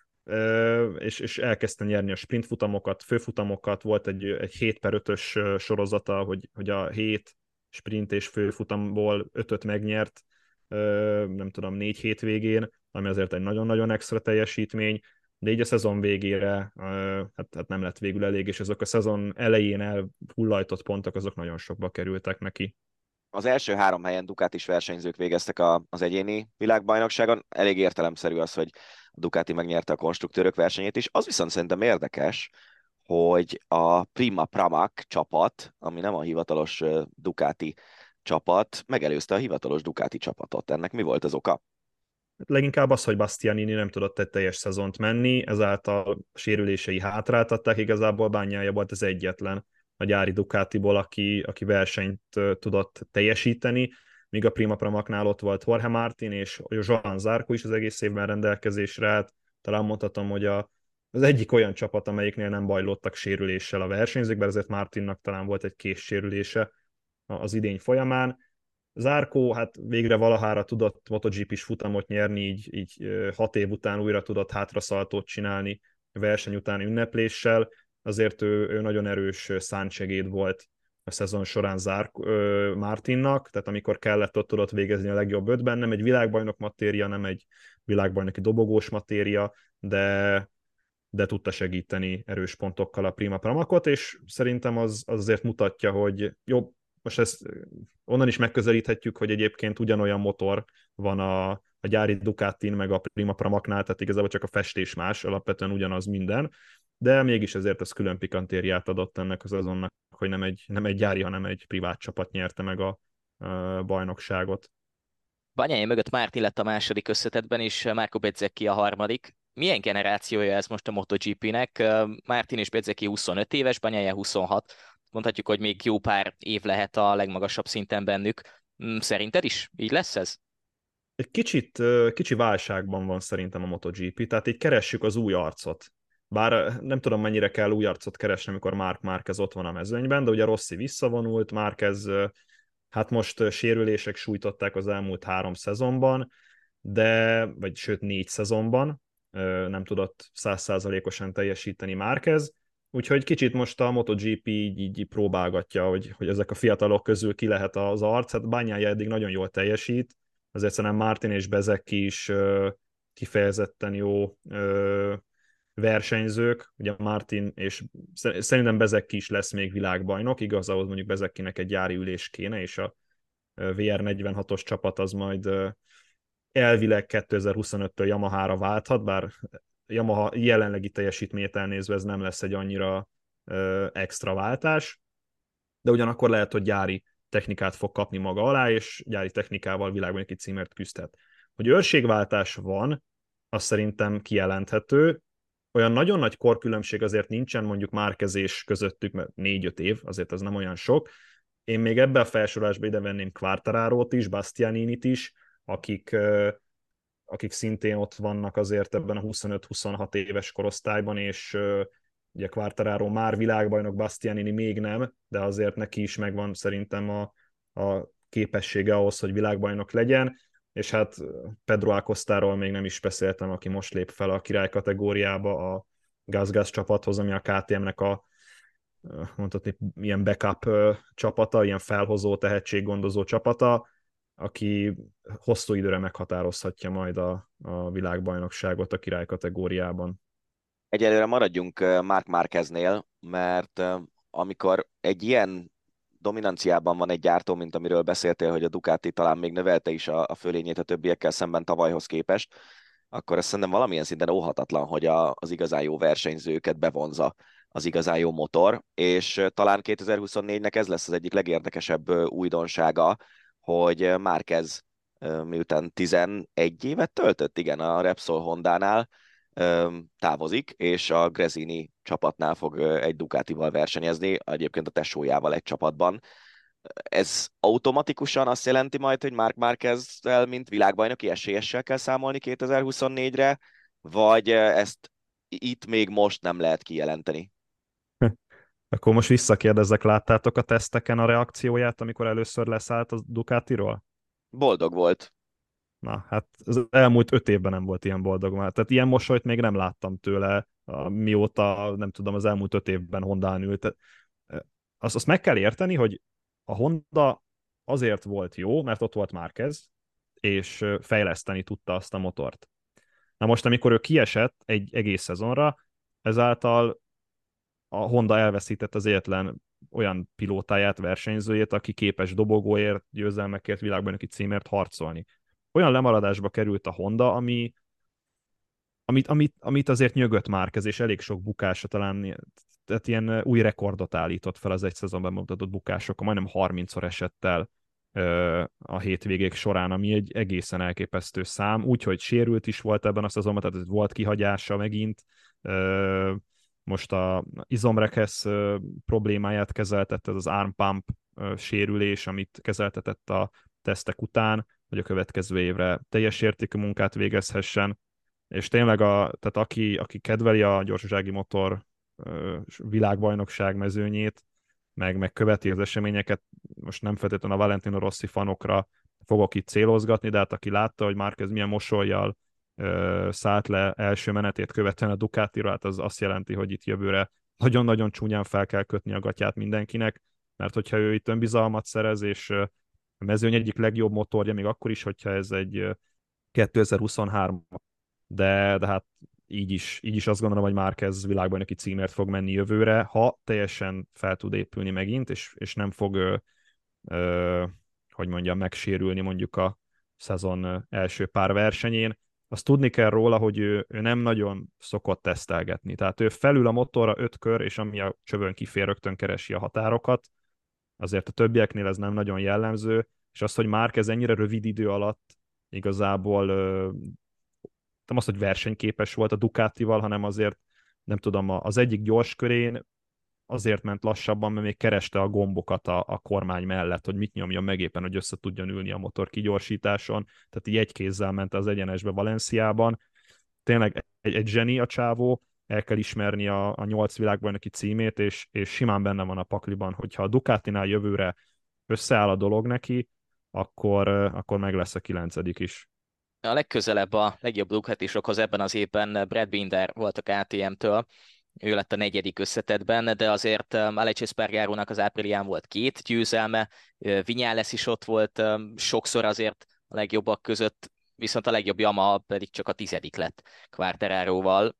és elkezdte nyerni a sprintfutamokat, főfutamokat, volt egy 7/5-ös sorozata, hogy a 7 sprint és főfutamból 5-öt megnyert, nem tudom, 4 hétvégén, ami azért egy nagyon-nagyon extra teljesítmény, de így a szezon végére hát nem lett végül elég, és azok a szezon elején elhullajtott pontok, azok nagyon sokba kerültek neki. Az első 3 helyen Ducatis versenyzők végeztek az egyéni világbajnokságon. Elég értelemszerű az, hogy a Ducati megnyerte a konstruktőrök versenyét is. Az viszont szerintem érdekes, hogy a Prima Pramac csapat, ami nem a hivatalos Ducati csapat, megelőzte a hivatalos Ducati csapatot. Ennek mi volt az oka? Leginkább az, hogy Bastianini nem tudott egy teljes szezont menni, ezáltal sérülései hátráltatták, igazából Bagnaia volt az egyetlen a gyári Ducatiból, aki versenyt tudott teljesíteni, míg a Prima Pramacnál ott volt Jorge Martin és Joan Zarco is az egész évben rendelkezésre állt. Talán mondhatom, hogy az egyik olyan csapat, amelyiknél nem bajlottak sérüléssel a versenyzők, bár ezért Martinnak talán volt egy késsérülése az idény folyamán. Zarco hát végre valahára tudott MotoGP-s futamot nyerni, így 6 év után újra tudott hátraszaltót csinálni verseny utáni ünnepléssel, azért ő nagyon erős szántsegéd volt a szezon során Martinnak, tehát amikor kellett, ott tudott végezni a legjobb 5-ben, nem egy világbajnok matéria, nem egy világbajnoki dobogós matéria, de tudta segíteni erős pontokkal a Prima Pramacot, és szerintem az azért mutatja, hogy jobb, most ezt onnan is megközelíthetjük, hogy egyébként ugyanolyan motor van a gyári Ducatin, meg a Prima Pramacnál, tehát igazából csak a festés más, alapvetően ugyanaz minden, de mégis ezért az külön pikantériát adott ennek az szezonnak, hogy nem egy gyári, hanem egy privát csapat nyerte meg a bajnokságot. Bagnaia mögött Martin lett a második összetettben, és Marco Bezzecchi a harmadik. Milyen generációja ez most a MotoGP-nek? Martin és Bezzecchi 25 éves, Bagnaia 26. Mondhatjuk, hogy még jó pár év lehet a legmagasabb szinten bennük. Szerinted is így lesz ez? Egy kicsi válságban van szerintem a MotoGP, tehát így keressük az új arcot. Bár nem tudom, mennyire kell új arcot keresni, amikor Marc Márquez ott van a mezőnyben, de ugye Rossi visszavonult, Márquez hát most sérülések sújtották az elmúlt 3 szezonban, vagy sőt 4 szezonban nem tudott 100%-osan teljesíteni Márquez, úgyhogy kicsit most a MotoGP így próbálgatja, hogy ezek a fiatalok közül ki lehet az arc, hát Bagnaia eddig nagyon jól teljesít, azért szerintem Martin és Bezzecchi is kifejezetten jó versenyzők, ugye Martin és szerintem Bezzecchi is lesz még világbajnok, igaz, ahhoz mondjuk Bezzecchinek egy gyári ülés kéne, és a VR46-os csapat az majd elvileg 2025-től Yamaha-ra válthat, bár Yamaha jelenlegi teljesítményét elnézve ez nem lesz egy annyira extra váltás, de ugyanakkor lehet, hogy gyári technikát fog kapni maga alá, és gyári technikával világbajnoki címért küzdhet. Hogy őrségváltás van, az szerintem kijelenthető. Olyan nagyon nagy korkülönbség azért nincsen mondjuk Márquez közöttük, mert 4-5 év, azért az nem olyan sok. Én még ebbe a felsorolásba ide venném Quartararót is, Bastianinit is, akik szintén ott vannak azért ebben a 25-26 éves korosztályban, és ugye Quartararo már világbajnok, Bastianini még nem, de azért neki is megvan szerintem a képessége ahhoz, hogy világbajnok legyen, és hát Pedro Acostáról még nem is beszéltem, aki most lép fel a király kategóriába a GasGas csapathoz, ami a KTM-nek mondhatni ilyen backup csapata, ilyen felhozó, tehetséggondozó csapata, aki hosszú időre meghatározhatja majd a világbajnokságot a király kategóriában. Egyelőre maradjunk Marc Márqueznél, mert amikor egy ilyen dominanciában van egy gyártó, mint amiről beszéltél, hogy a Ducati talán még növelte is a fölényét a többiekkel szemben tavalyhoz képest, akkor azt szerintem valamilyen szinten óhatatlan, hogy az igazán jó versenyzőket bevonza az igazán jó motor, és talán 2024-nek ez lesz az egyik legérdekesebb újdonsága, hogy Márquez miután 11 évet töltött, igen, a Repsol Hondánál távozik, és a Gresini csapatnál fog egy Ducatival versenyezni, egyébként a tesójával egy csapatban. Ez automatikusan azt jelenti majd, hogy Marc Márquezzel, mint világbajnoki esélyessel kell számolni 2024-re, vagy ezt itt még most nem lehet kijelenteni? Akkor most visszakérdezzek, láttátok a teszteken a reakcióját, amikor először leszállt a Ducatiról? Boldog volt. Na, hát az elmúlt 5 évben nem volt ilyen boldog már. Tehát ilyen mosolyt még nem láttam tőle, mióta, nem tudom, az elmúlt 5 évben Hondán ült. Azt meg kell érteni, hogy a Honda azért volt jó, mert ott volt Márquez, és fejleszteni tudta azt a motort. Na most, amikor ő kiesett egy egész szezonra, ezáltal a Honda elveszített az egyetlen olyan pilótáját, versenyzőjét, aki képes dobogóért, győzelmekért, világbajnoki címért harcolni. Olyan lemaradásba került a Honda, amit azért nyögött Márquez, és elég sok bukása talán, tehát ilyen új rekordot állított fel az egy szezonban bemutatott bukásokon, majdnem 30-szor esett el a hétvégék során, ami egy egészen elképesztő szám, úgyhogy sérült is volt ebben a szezonban, tehát volt kihagyása megint, most a izomrekesz problémáját kezeltette, ez az arm pump sérülés, amit kezeltetett a tesztek után, hogy a következő évre teljes értékű munkát végezhessen, és tényleg tehát aki kedveli a gyorsasági motor világbajnokság mezőnyét, meg követi az eseményeket, most nem feltétlenül a Valentino Rossi fanokra fogok itt célozgatni, de hát aki látta, hogy Márquez milyen mosollyal szállt le első menetét követően a Ducatira, hát az azt jelenti, hogy itt jövőre nagyon-nagyon csúnyán fel kell kötni a gatyát mindenkinek, mert hogyha ő itt önbizalmat szerez, és a mezőny egyik legjobb motorja, még akkor is, hogyha ez egy 2023, de hát így is azt gondolom, hogy Márquez világbajnoki címért fog menni jövőre, ha teljesen fel tud épülni megint, és nem fog, hogy mondjam, megsérülni mondjuk a szezon első pár versenyén. Azt tudni kell róla, hogy ő nem nagyon szokott tesztelgetni. Tehát ő felül a motorra 5 kör, és ami a csövön kifér, rögtön keresi a határokat. Azért a többieknél ez nem nagyon jellemző, és az, hogy Márquez ennyire rövid idő alatt igazából nem az, hogy versenyképes volt a Ducatival, hanem azért, nem tudom, az egyik gyors körén azért ment lassabban, mert még kereste a gombokat a kormány mellett, hogy mit nyomjon meg éppen, hogy össze tudjon ülni a motor kigyorsításon. Tehát így egy kézzel ment az egyenesbe Valenciában. Tényleg egy zseni a csávó, el kell ismerni a 8 világbajnoki címét, és simán benne van a pakliban, hogyha a Ducatinál jövőre összeáll a dolog neki, akkor meg lesz a 9. is. A legközelebb a legjobb Ducatisokhoz ebben az évben Brad Binder volt a KTM-től, ő lett a 4. összetettben, de azért Aleix Espargarónak az áprilján volt 2 győzelme, Viñales is ott volt sokszor azért a legjobbak között, viszont a legjobb Yamaha pedig csak a 10. lett Quartararóval.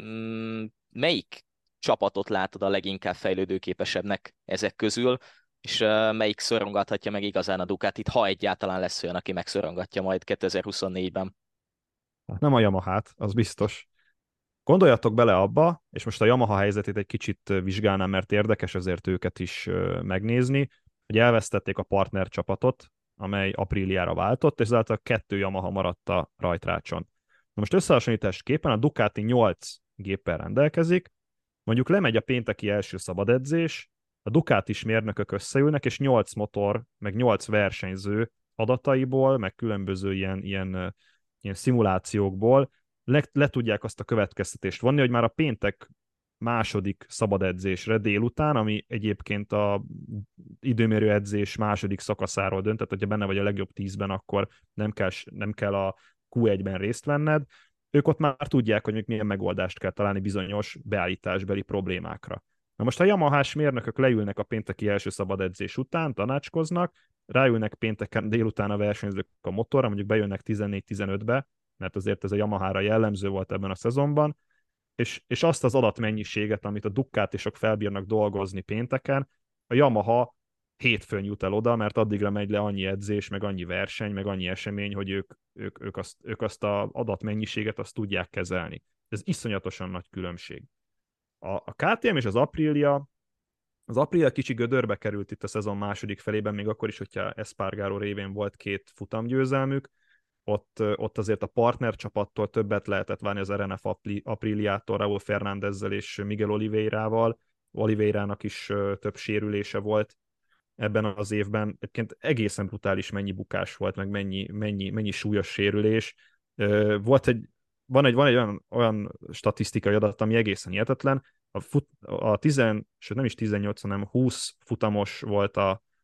Melyik csapatot látod a leginkább fejlődőképesebbnek ezek közül, és melyik szorongathatja meg igazán a Ducatit, ha egyáltalán lesz olyan, aki megszorongatja majd 2024-ben? Hát nem a Yamahát, az biztos. Gondoljatok bele abba, és most a Yamaha helyzetét egy kicsit vizsgálnám, mert érdekes azért őket is megnézni, hogy elvesztették a partner csapatot, amely apríliára váltott, és ezáltal 2 Yamaha maradt a rajtrácson. Na most összehasonlításképpen a Ducati 8 géppel rendelkezik, mondjuk lemegy a pénteki első szabadedzés, a Ducatis mérnökök összeülnek, és 8 motor, meg 8 versenyző adataiból, meg különböző ilyen szimulációkból le tudják azt a következtetést vonni, hogy már a péntek második szabad edzésre délután, ami egyébként a időmérő edzés második szakaszáról dönt, tehát hogyha benne vagy a legjobb 10-ben, akkor nem kell a Q1-ben részt venned. Ők ott már tudják, hogy milyen megoldást kell találni bizonyos beállításbeli problémákra. Na most a Yamahás mérnökök leülnek a pénteki első szabad edzés után, tanácskoznak, ráülnek pénteken délután a versenyzők a motorra, mondjuk bejönnek 14-15-be, mert azért ez a Yamahára jellemző volt ebben a szezonban, és azt az adatmennyiséget, amit a Ducatisok felbírnak dolgozni pénteken, a Yamaha hétfőn jut el oda, mert addigra megy le annyi edzés, meg annyi verseny, meg annyi esemény, hogy ők azt az adatmennyiséget azt tudják kezelni. Ez iszonyatosan nagy különbség. A KTM és az Aprilia kicsi gödörbe került itt a szezon második felében, még akkor is, hogyha Espargaro révén volt 2 futamgyőzelmük, ott azért a partner csapattól többet lehetett várni az RNF Apriliától, Raúl Fernándezzel és Miguel Oliveirával. Oliveira-nak is több sérülése volt ebben az évben. Egyébként egészen brutális mennyi bukás volt, meg mennyi súlyos sérülés. Van egy olyan statisztikai adat, ami egészen hihetetlen. Sőt nem is 18, hanem 20 futamos volt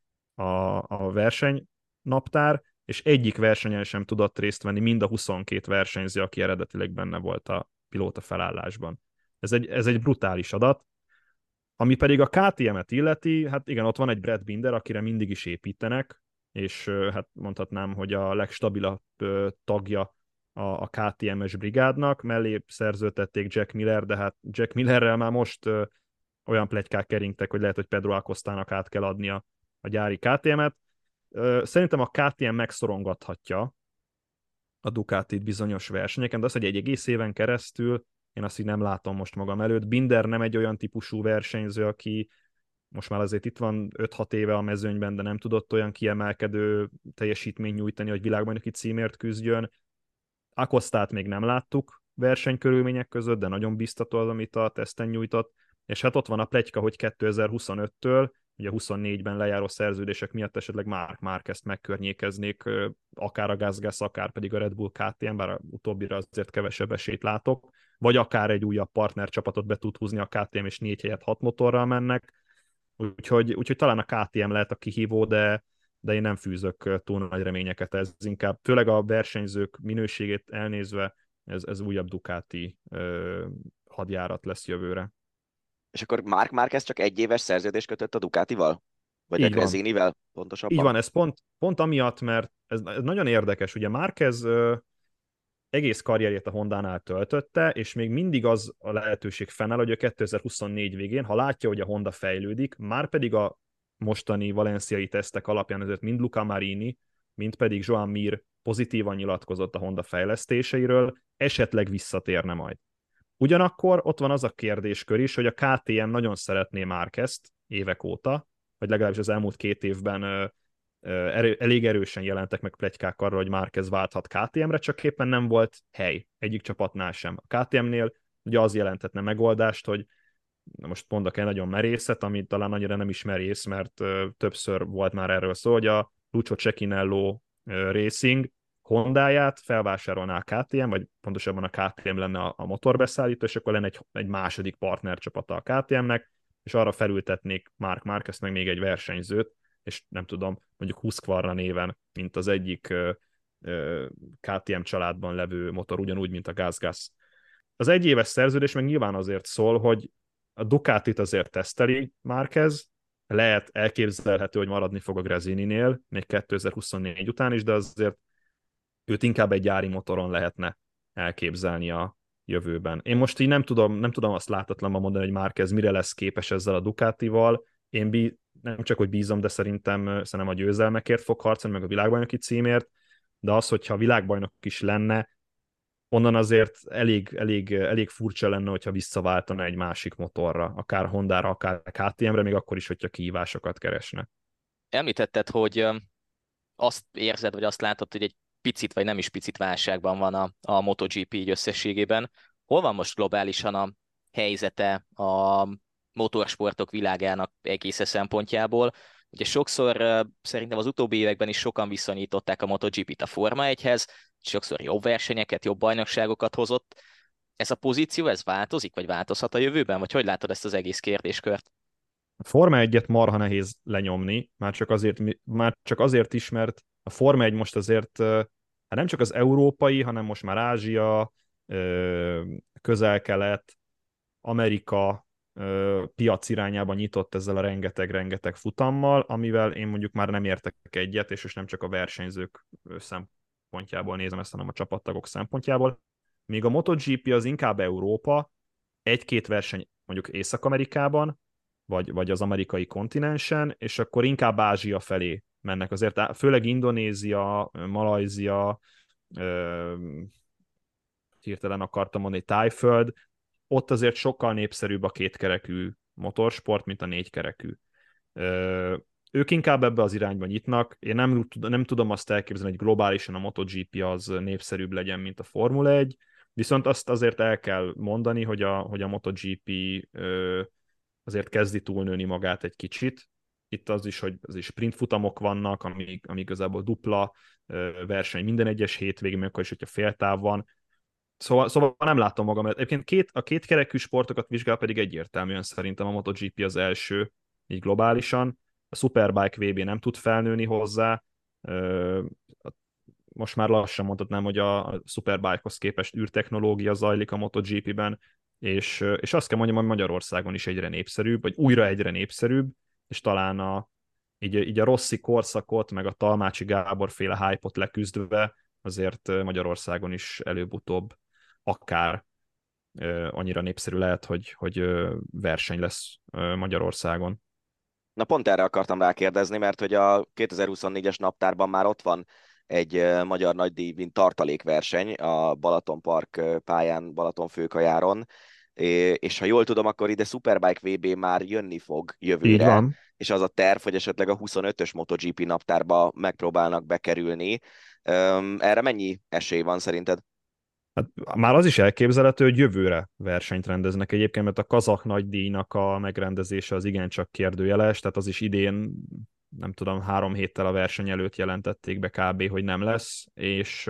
a versenynaptár, és egyik versenyen sem tudott részt venni mind a 22 versenyző, aki eredetileg benne volt a pilóta felállásban. Ez egy brutális adat. Ami pedig a KTM-et illeti, hát igen, ott van egy Brad Binder, akire mindig is építenek, és hát mondhatnám, hogy a legstabilabb tagja a KTM-es brigádnak, mellé szerződtették Jack Miller, de hát Jack Millerrel már most olyan pletykák keringtek, hogy lehet, hogy Pedro Acostának át kell adnia a gyári KTM-et. Szerintem a KTM megszorongathatja a Ducatit bizonyos versenyeken, de az, hogy egy egész éven keresztül én azt így nem látom most magam előtt. Binder nem egy olyan típusú versenyző, aki most már azért itt van 5-6 éve a mezőnyben, de nem tudott olyan kiemelkedő teljesítményt nyújtani, hogy világbajnoki címért küzdjön. Acostát még nem láttuk versenykörülmények között, de nagyon biztató az, amit a teszten nyújtott. És hát ott van a pletyka, hogy 2025-től, ugye 24-ben lejáró szerződések miatt esetleg Marc Márquezt megkörnyékeznék, akár a GasGas, akár pedig a Red Bull KTM, bár a utóbbira azért kevesebb esélyt látok, vagy akár egy újabb partnercsapatot be tud húzni a KTM, és 4 helyett 6 motorral mennek. Úgyhogy talán a KTM lehet a kihívó, de én nem fűzök túl nagy reményeket. Ez inkább, főleg a versenyzők minőségét elnézve, ez újabb Ducati hadjárat lesz jövőre. És akkor Marc Márquez csak 1 éves szerződést kötött a Ducatival? Vagy Így a Gresinivel pontosabban? Így van, ez pont amiatt, mert ez nagyon érdekes. Ugye Márquez egész karrierjét a Hondánál töltötte, és még mindig az a lehetőség fennáll, hogy a 2024 végén, ha látja, hogy a Honda fejlődik, már pedig a mostani valenciai tesztek alapján ezért mind Luca Marini, mind pedig Joan Mir pozitívan nyilatkozott a Honda fejlesztéseiről, esetleg visszatérne majd. Ugyanakkor ott van az a kérdéskör is, hogy a KTM nagyon szeretné Márquezt évek óta, vagy legalábbis az elmúlt 2 évben elég erősen jelentek meg pletykák arra, hogy Márquez válthat KTM-re, csak éppen nem volt hely egyik csapatnál sem. A KTM-nél ugye az jelenthetne megoldást, hogy most mondok egy nagyon merészet, ami talán annyira nem is merész, mert többször volt már erről szó, hogy a Lucio Cecchinello Racing Hondáját felvásárolná a KTM, vagy pontosabban a KTM lenne a motorbeszállító, és akkor lenne egy második partnercsapata a KTM-nek, és arra felültetnék Marc Márquezt meg még egy versenyzőt, és nem tudom, mondjuk Husqvarna néven, mint az egyik KTM családban levő motor, ugyanúgy, mint a GasGas. Az 1 éves szerződés meg nyilván azért szól, hogy a Ducatit azért teszteli Márquez, lehet elképzelhető, hogy maradni fog a Gresininél, még 2024 után is, de azért őt inkább egy gyári motoron lehetne elképzelni a jövőben. Én most így nem tudom azt látatlanban mondani, hogy Márquez mire lesz képes ezzel a Ducatival. Én nem csak, hogy bízom, de szerintem a győzelmekért fog harcolni, meg a világbajnoki címért, de az, hogyha világbajnok is lenne, onnan azért elég furcsa lenne, hogyha visszaváltana egy másik motorra, akár Hondára, akár KTM-re, még akkor is, hogyha kihívásokat keresne. Említetted, hogy azt érzed, vagy azt látod, hogy egy picit, vagy nem is picit válságban van a MotoGP így összességében. Hol van most globálisan a helyzete a motorsportok világának egész szempontjából? Ugye sokszor szerintem az utóbbi években is sokan viszonyították a MotoGP-t a Forma 1-hez, sokszor jobb versenyeket, jobb bajnokságokat hozott. Ez a pozíció, ez változik, vagy változhat a jövőben? Vagy hogy látod ezt az egész kérdéskört? A Forma 1-et marha nehéz lenyomni, már csak azért is, mert a Forma 1 most azért hát nem csak az európai, hanem most már Ázsia, Közel-Kelet, Amerika piac irányába nyitott ezzel a rengeteg futammal, amivel én mondjuk már nem értek egyet, és nem csak a versenyzők szempontjából nézem ezt, hanem a csapattagok szempontjából. Míg a MotoGP az inkább Európa, 1-2 verseny mondjuk Észak-Amerikában, vagy az amerikai kontinensen, és akkor inkább Ázsia felé mennek. Azért főleg Indonézia, Malajzia, hirtelen akartam mondani Tájföld, ott azért sokkal népszerűbb a kétkerekű motorsport, mint a négykerekű. Ők inkább ebbe az irányba nyitnak. Én nem tudom azt elképzelni, hogy globálisan a MotoGP az népszerűbb legyen, mint a Formula 1, viszont azt azért el kell mondani, hogy a MotoGP azért kezdi túlnőni magát egy kicsit. Itt az is, hogy az is sprintfutamok vannak, ami igazából dupla verseny minden egyes hétvégén, akkor is, hogyha féltáv van. Szóval nem látom magam. Egyébként a kétkerekű sportokat vizsgál, pedig egyértelműen szerintem a MotoGP az első, így globálisan. A Superbike VB nem tud felnőni hozzá. Most már lassan mondhatnám, hogy a Superbike-hoz képest űrtechnológia zajlik a MotoGP-ben, és azt kell mondjam, hogy Magyarországon is egyre népszerűbb, vagy újra egyre népszerűbb, és talán így a Rossi korszakot, meg a Talmácsi Gábor féle hype-ot leküzdve, azért Magyarországon is előbb-utóbb akár annyira népszerű lehet, hogy verseny lesz Magyarországon. Na pont erre akartam rákérdezni, mert hogy a 2024-es naptárban már ott van egy magyar nagydíj, mint tartalékverseny a Balaton Park pályán, Balaton főkajáron, és ha jól tudom, akkor ide Superbike VB már jönni fog jövőre, és az a terv, hogy esetleg a 25-ös MotoGP naptárba megpróbálnak bekerülni. Erre mennyi esély van szerinted? Hát már az is elképzelhető, hogy jövőre versenyt rendeznek egyébként, mert a kazakh nagydíjnak a megrendezése az igencsak kérdőjeles, tehát az is idén, nem tudom, 3 héttel a verseny előtt jelentették be kb., hogy nem lesz, és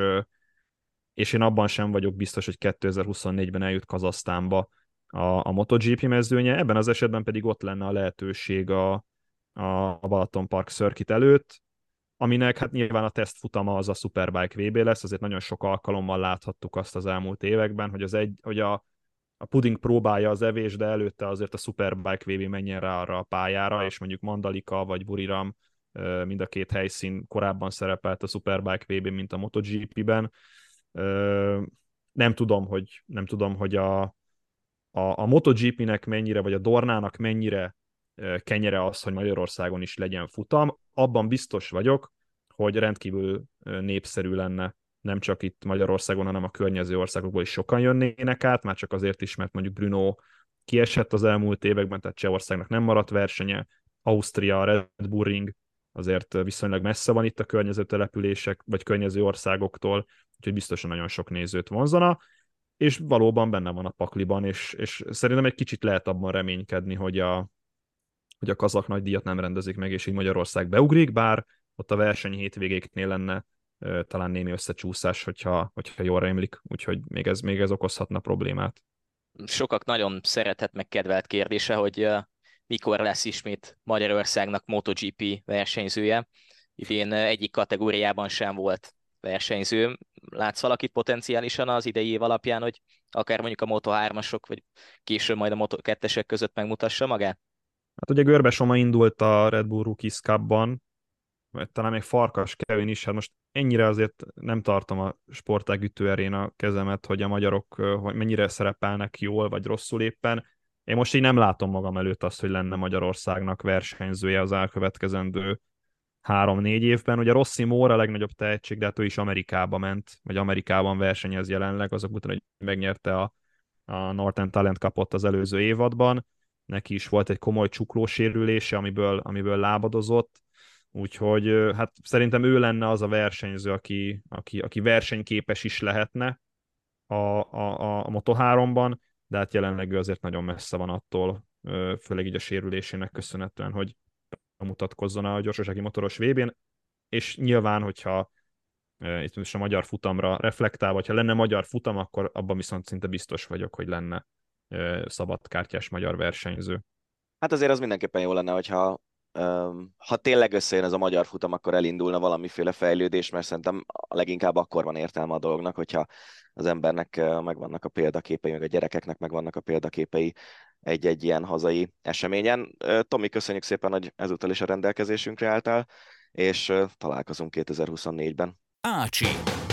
én abban sem vagyok biztos, hogy 2024-ben eljut Kazahsztánba a MotoGP mezőnye, ebben az esetben pedig ott lenne a lehetőség a Balaton Park Circuit előtt, aminek hát nyilván a tesztfutama az a Superbike VB lesz, azért nagyon sok alkalommal láthattuk azt az elmúlt években, hogy a puding próbálja az evés, de előtte azért a Superbike VB menjen rá arra a pályára, és mondjuk Mandalika vagy Buriram, mind a két helyszín korábban szerepelt a Superbike VB, mint a MotoGP-ben. Nem tudom, hogy a MotoGP-nek mennyire, vagy a Dornának mennyire kenyere az, hogy Magyarországon is legyen futam. Abban biztos vagyok, hogy rendkívül népszerű lenne, nem csak itt Magyarországon, hanem a környező országokból is sokan jönnének át, már csak azért is, mert mondjuk Brno kiesett az elmúlt években, tehát Csehországnak nem maradt versenye, Ausztria, Red Bull Ring azért viszonylag messze van itt a környező települések, vagy környező országoktól, úgyhogy biztosan nagyon sok nézőt vonzana, és valóban benne van a pakliban, és szerintem egy kicsit lehet abban reménykedni, hogy a kazakh nagydíjat nem rendezik meg, és így Magyarország beugrik, bár ott a verseny hétvégéknél lenne talán némi összecsúszás, hogyha jól rémlik, úgyhogy még ez okozhatna problémát. Sokak nagyon szeretett meg kedvelt kérdése, hogy mikor lesz ismét Magyarországnak MotoGP versenyzője. Idén egyik kategóriában sem volt versenyző. Látsz valakit potenciálisan az idei év alapján, hogy akár mondjuk a Moto3-asok, vagy később majd a Moto2-esek között megmutassa magát? Hát ugye Görbe Soma indult a Red Bull Rookies Cup-ban, vagy talán még Farkas Kevin is, hát most ennyire azért nem tartom a sportág ütőerén a kezemet, hogy a magyarok hogy mennyire szerepelnek jól, vagy rosszul éppen. Én most így nem látom magam előtt azt, hogy lenne Magyarországnak versenyzője az elkövetkezendő 3-4 évben. Ugye Rossi Moore a legnagyobb tehetség, de hát ő is Amerikába ment, vagy Amerikában versenyez jelenleg, azok után, hogy megnyerte a Northern Talent Cupot az előző évadban. Neki is volt egy komoly csuklósérülése, amiből lábadozott, úgyhogy hát szerintem ő lenne az a versenyző, aki versenyképes is lehetne a Moto3-ban, de hát jelenleg ő azért nagyon messze van attól, főleg így a sérülésének köszönhetően, hogy mutatkozzon a gyorsasági motoros VB-n, és nyilván, hogyha itt most a magyar futamra reflektál, vagy ha lenne magyar futam, akkor abban viszont szinte biztos vagyok, hogy lenne szabadkártyás magyar versenyző. Hát azért az mindenképpen jó lenne, hogyha ha tényleg összejön ez a magyar futam, akkor elindulna valamiféle fejlődés, mert szerintem leginkább akkor van értelme a dolognak, hogyha az embernek megvannak a példaképei, meg a gyerekeknek megvannak a példaképei egy-egy ilyen hazai eseményen. Tomi, köszönjük szépen, hogy ezúttal is a rendelkezésünkre álltál, és találkozunk 2024-ben. Ácsi.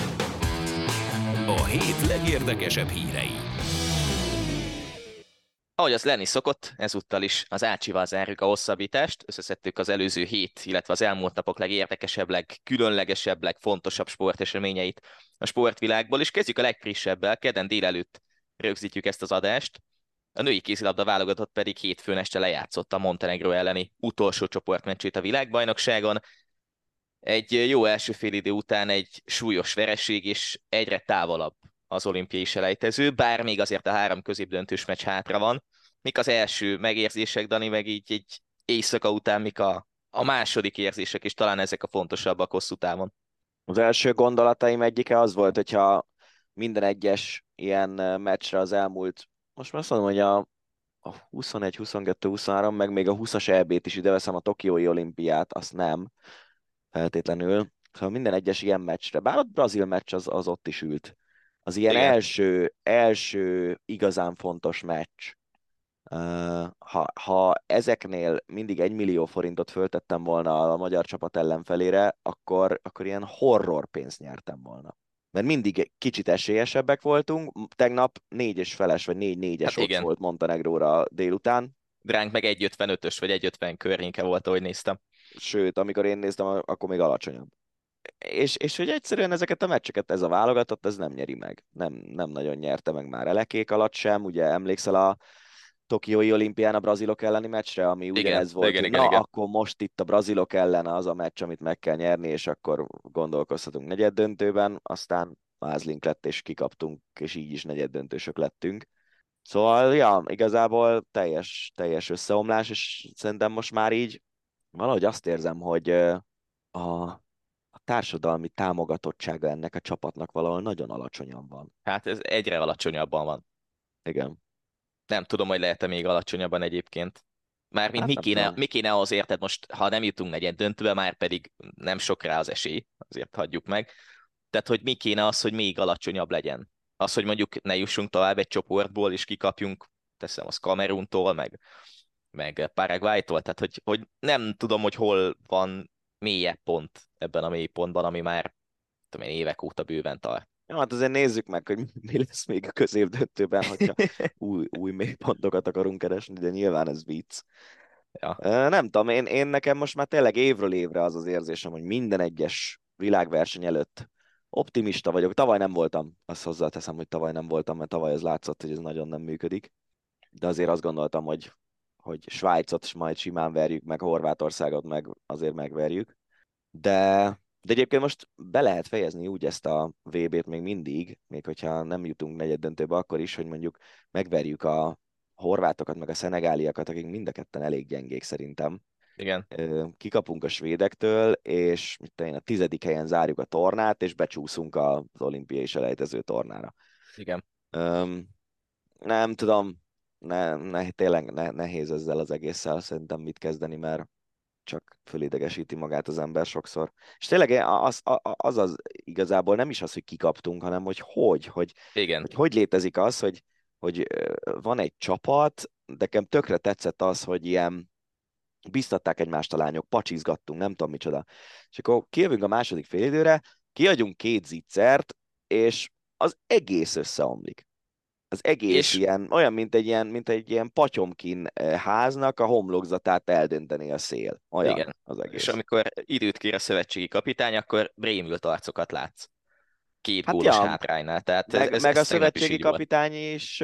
A hét legérdekesebb hírei. Ahogy az lenni szokott, ezúttal is az Ácsival zárjuk a hosszabbítást, összeszedtük az előző hét, illetve az elmúlt napok legérdekesebb, legkülönlegesebb, legfontosabb sporteseményeit a sportvilágból, és kezdjük a legfrissebbel, kedden délelőtt rögzítjük ezt az adást. A női kézilabda válogatott pedig hétfőn este lejátszotta a Montenegro elleni utolsó csoportmeccsét a világbajnokságon. Egy jó első félidő után egy súlyos vereség, és egyre távolabb az olimpiai selejtező, bár még azért a 3 középdöntős meccs hátra van. Mik az első megérzések, Dani, meg így egy éjszaka után, mik a második érzések, és talán ezek a fontosabbak hosszú távon? Az első gondolataim egyike az volt, hogyha minden egyes ilyen meccsre az elmúlt, most már azt mondom, hogy a 21, 22, 23, meg még a 20-as EB-t is ide veszem, a Tokiói olimpiát, azt nem feltétlenül. Szóval minden egyes ilyen meccsre, bár ott brazil meccs az ott is ült. Az ilyen Igen. első igazán fontos meccs. Ha ezeknél mindig 1 millió forintot föltettem volna a magyar csapat ellenfelére, akkor ilyen horror pénzt nyertem volna. Mert mindig kicsit esélyesebbek voltunk. Tegnap 4,5-es vagy 4-4-es Hát ott igen. volt Montenegróra délután. Ránk meg 1,55-ös vagy 1,50 környéke volt, ahogy néztem. Sőt, amikor én néztem, akkor még alacsonyabb. És hogy egyszerűen ezeket a meccseket ez a válogatott, ez nem nyeri meg. Nem nagyon nyerte meg már elekék alatt sem. Ugye emlékszel a Tokiói olimpián a brazilok elleni meccsre, ami ugyanez volt, igen, hogy igen. akkor most itt a brazilok ellen az a meccs, amit meg kell nyerni, és akkor gondolkozhatunk negyeddöntőben, aztán mázlink lett, és kikaptunk, és így is negyeddöntősök lettünk. Szóval, ja, igazából teljes összeomlás, és szerintem most már így valahogy azt érzem, hogy a társadalmi támogatottsága ennek a csapatnak valahol nagyon alacsonyan van. Hát ez egyre alacsonyabban van. Igen. Nem tudom, hogy lehet-e még alacsonyabban egyébként. Mármint Hát nem tudom. mi kéne ahhoz, érted most, ha nem jutunk negyeddöntőbe, már pedig nem sok rá az esély, azért hagyjuk meg. Tehát, hogy mi kéne az, hogy még alacsonyabb legyen. Az, hogy mondjuk ne jussunk tovább egy csoportból, és kikapjunk, teszem az Kameruntól, meg Paraguaytól, tehát hogy nem tudom, hogy hol van mélyebb pont ebben a mély pontban, ami már tudom én, évek óta bőven tart. Ja, hát azért nézzük meg, hogy mi lesz még a középdöntőben, hogyha új mélypontokat akarunk keresni, de nyilván ez vicc. Ja. Nem tudom, én nekem most már tényleg évről évre az az érzésem, hogy minden egyes világverseny előtt optimista vagyok. Tavaly nem voltam, azt hozzáteszem, hogy tavaly nem voltam, mert tavaly az látszott, hogy ez nagyon nem működik. De azért azt gondoltam, hogy Svájcot majd simán verjük, meg Horvátországot meg azért megverjük. De egyébként most be lehet fejezni úgy ezt a VB-t még mindig, még hogyha nem jutunk negyeddöntőbe, akkor is, hogy mondjuk megverjük a horvátokat, meg a szenegáliakat, akik mind a ketten elég gyengék szerintem. Igen. Kikapunk a svédektől, és mit tudom én, a 10. helyen zárjuk a tornát, és becsúszunk az olimpiai selejtező tornára. Igen. Nem tudom, tényleg nehéz ezzel az egésszel szerintem mit kezdeni, mert csak fölidegesíti magát az ember sokszor. És tényleg az igazából nem is az, hogy kikaptunk, hanem Igen. hogy létezik az, hogy van egy csapat, nekem tökre tetszett az, hogy ilyen biztatták egymást a lányok, pacsizgattunk, nem tudom micsoda. És akkor kijövünk a második félidőre, kiadjunk 2 zicsert, és az egész összeomlik. Az egész És ilyen, olyan, mint egy ilyen patyomkin háznak a homlokzatát eldönteni a szél. Olyan igen. az egész. És amikor időt kér a szövetségi kapitány, akkor rémült arcokat látsz. 2 Hát gólos ja, hátránynál. Tehát meg a tegnap is szövetségi így volt. kapitány is,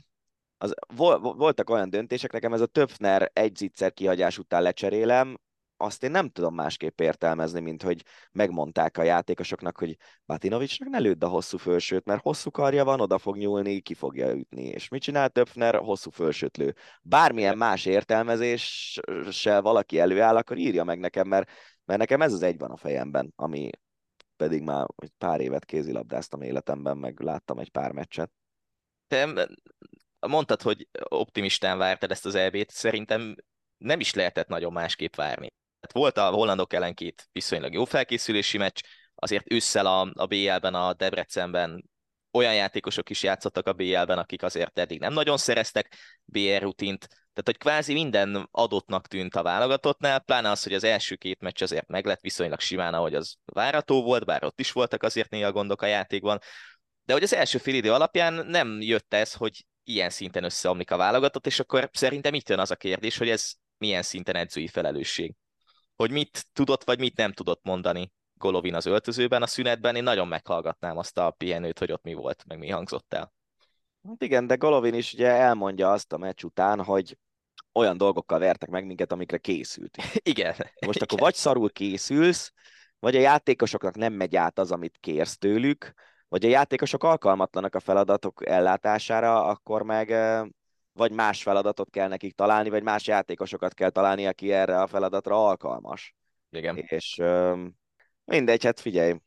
voltak olyan döntések, nekem ez a Töpfner egy zicser kihagyás után lecserélem, azt én nem tudom másképp értelmezni, mint hogy megmondták a játékosoknak, hogy Batinovicsnak ne lőd a hosszú fölsőt, mert hosszú karja van, oda fog nyúlni, ki fogja ütni. És mit csinál Töpfner? Hosszú fölsőt lő. Bármilyen más értelmezéssel valaki előáll, akkor írja meg nekem, mert nekem ez az egy van a fejemben, ami pedig már egy pár évet kézilabdáztam életemben, meg láttam egy pár meccset. Te mondtad, hogy optimistán vártad ezt az EB-t, szerintem nem is lehetett nagyon másképp várni. Hát volt a hollandok ellen 2 viszonylag jó felkészülési meccs, azért ősszel a BL-ben, a Debrecenben olyan játékosok is játszottak a BL-ben, akik azért eddig nem nagyon szereztek BL rutint, tehát hogy kvázi minden adottnak tűnt a válogatottnál, pláne az, hogy az első 2 meccs azért meglett viszonylag simán, ahogy az várható volt, bár ott is voltak azért néha gondok a játékban, de hogy az első félidő alapján nem jött ez, hogy ilyen szinten összeomlik a válogatott, és akkor szerintem itt jön az a kérdés, hogy ez milyen szinten edzői felelősség. Hogy mit tudott, vagy mit nem tudott mondani Golovin az öltözőben, a szünetben, én nagyon meghallgatnám azt a pihenőt, hogy ott mi volt, meg mi hangzott el. Hát igen, de Golovin is ugye elmondja azt a meccs után, hogy olyan dolgokkal vertek meg minket, amikre készültünk. Igen. Most akkor Igen. vagy szarul készülsz, vagy a játékosoknak nem megy át az, amit kérsz tőlük, vagy a játékosok alkalmatlanak a feladatok ellátására, akkor meg vagy más feladatot kell nekik találni, vagy más játékosokat kell találni, aki erre a feladatra alkalmas. Igen. És mindegy, hát figyelj,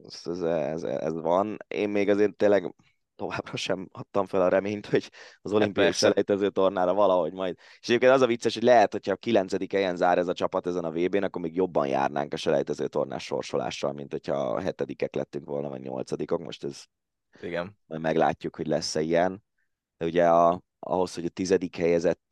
ez van. Én még azért tényleg továbbra sem adtam fel a reményt, hogy az Hát olimpiai persze. selejtező tornára valahogy majd. És egyébként az a vicces, hogy lehet, hogyha a 9. helyen zár ez a csapat ezen a VB-n, akkor még jobban járnánk a selejtező tornás sorsolással, mint hogyha a 7. lettünk volna, vagy 8. Most ez Igen. majd meglátjuk, hogy lesz-e ilyen. De ugye ahhoz, hogy a 10. helyezett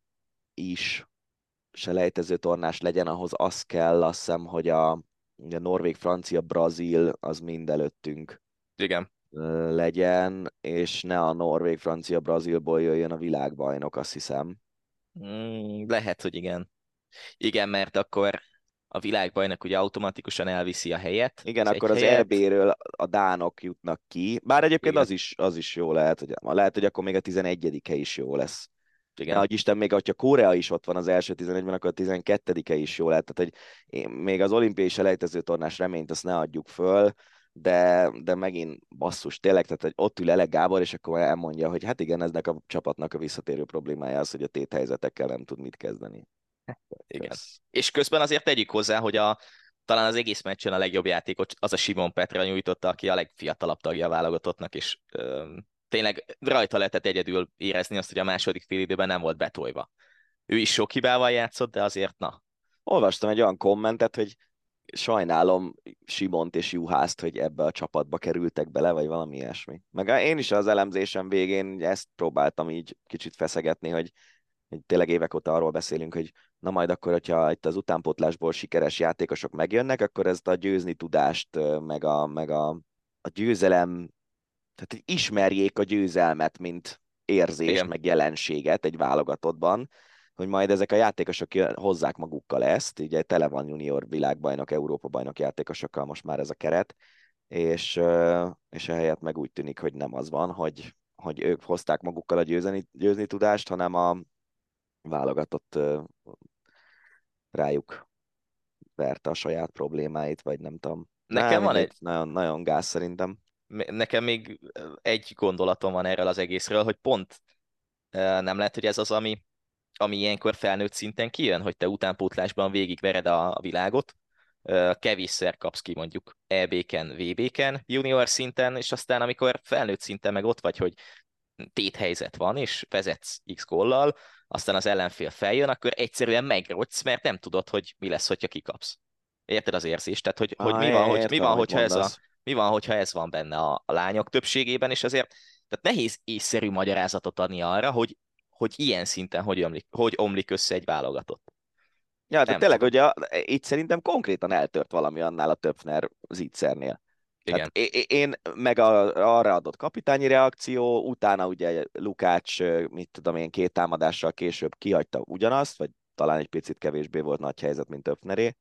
is selejtező tornás legyen, ahhoz az kell, azt hiszem, hogy ugye Norvég, Francia, Brazil az mind előttünk Igen. legyen, és ne a Norvég, Francia, Brazilból jöjjön a világbajnok, azt hiszem. Lehet, hogy igen. Igen, mert akkor a világbajnok ugye automatikusan elviszi a helyet, Igen, az egy akkor az helyet. EB-ről a dánok jutnak ki, bár egyébként Igen. az is jó lehet, hogy akkor még a 11. hely is jó lesz. Igen. Nehogy Isten, még hogyha Korea is ott van az első 11-ben, akkor a 12. is jó lehet. Tehát, hogy még az olimpiai selejtező tornás reményt azt ne adjuk föl, de megint basszus, tényleg, tehát hogy ott ül Elek Gábor, és akkor elmondja, hogy hát igen, eznek a csapatnak a visszatérő problémája az, hogy a téthelyzetekkel nem tud mit kezdeni. Igen. Kösz. És közben azért tegyük hozzá, hogy talán az egész meccsen a legjobb játékot az a Simon Petra nyújtotta, aki a legfiatalabb tagja a válogatottnak, és tényleg rajta lehetett egyedül érezni azt, hogy a második félidőben nem volt betolva. Ő is sok hibával játszott, de azért na. Olvastam egy olyan kommentet, hogy sajnálom Simont és Juhászt, hogy ebbe a csapatba kerültek bele, vagy valami ilyesmi. Meg én is az elemzésem végén ezt próbáltam így kicsit feszegetni, hogy tényleg évek óta arról beszélünk, hogy na majd akkor, hogyha itt az utánpótlásból sikeres játékosok megjönnek, akkor ezt a győzni tudást, meg a győzelem, tehát hogy ismerjék a győzelmet, mint érzést, Igen. meg jelenséget egy válogatottban, hogy majd ezek a játékosok hozzák magukkal ezt, ugye tele van junior világbajnok, Európa-bajnok játékosokkal most már ez a keret, és ehelyett meg úgy tűnik, hogy nem az van, hogy ők hozták magukkal a győzni tudást, hanem a válogatott rájuk verte a saját problémáit, vagy nem tudom. Nekem van Mindegy, egy, nagyon, nagyon gáz szerintem. nekem még egy gondolatom van erről az egészről, hogy pont nem lehet, hogy ez az, ami ilyenkor felnőtt szinten kijön, hogy te utánpótlásban végigvered a világot, kevésszer kapsz ki mondjuk EB-ken, VB-ken, junior szinten, és aztán amikor felnőtt szinten meg ott vagy, hogy téthelyzet van, és vezetsz X góllal, aztán az ellenfél feljön, akkor egyszerűen megrogysz, mert nem tudod, hogy mi lesz, hogyha kikapsz. Érted az érzést? Tehát, hogy mi Értem, van, amit hogyha mondasz. mi van, hogyha ez van benne a lányok többségében, és azért tehát nehéz észszerű magyarázatot adni arra, hogy ilyen szinten hogy omlik össze egy válogatott. Ja, de Nem tényleg, tudom. ugye itt szerintem konkrétan eltört valami annál a Töpfner Zitzernél. Tehát Igen, én meg arra adott kapitányi reakció, utána ugye Lukács, mit tudom én, 2 támadással később kihagyta ugyanazt, vagy talán egy picit kevésbé volt nagy helyzet, mint Töpfneré,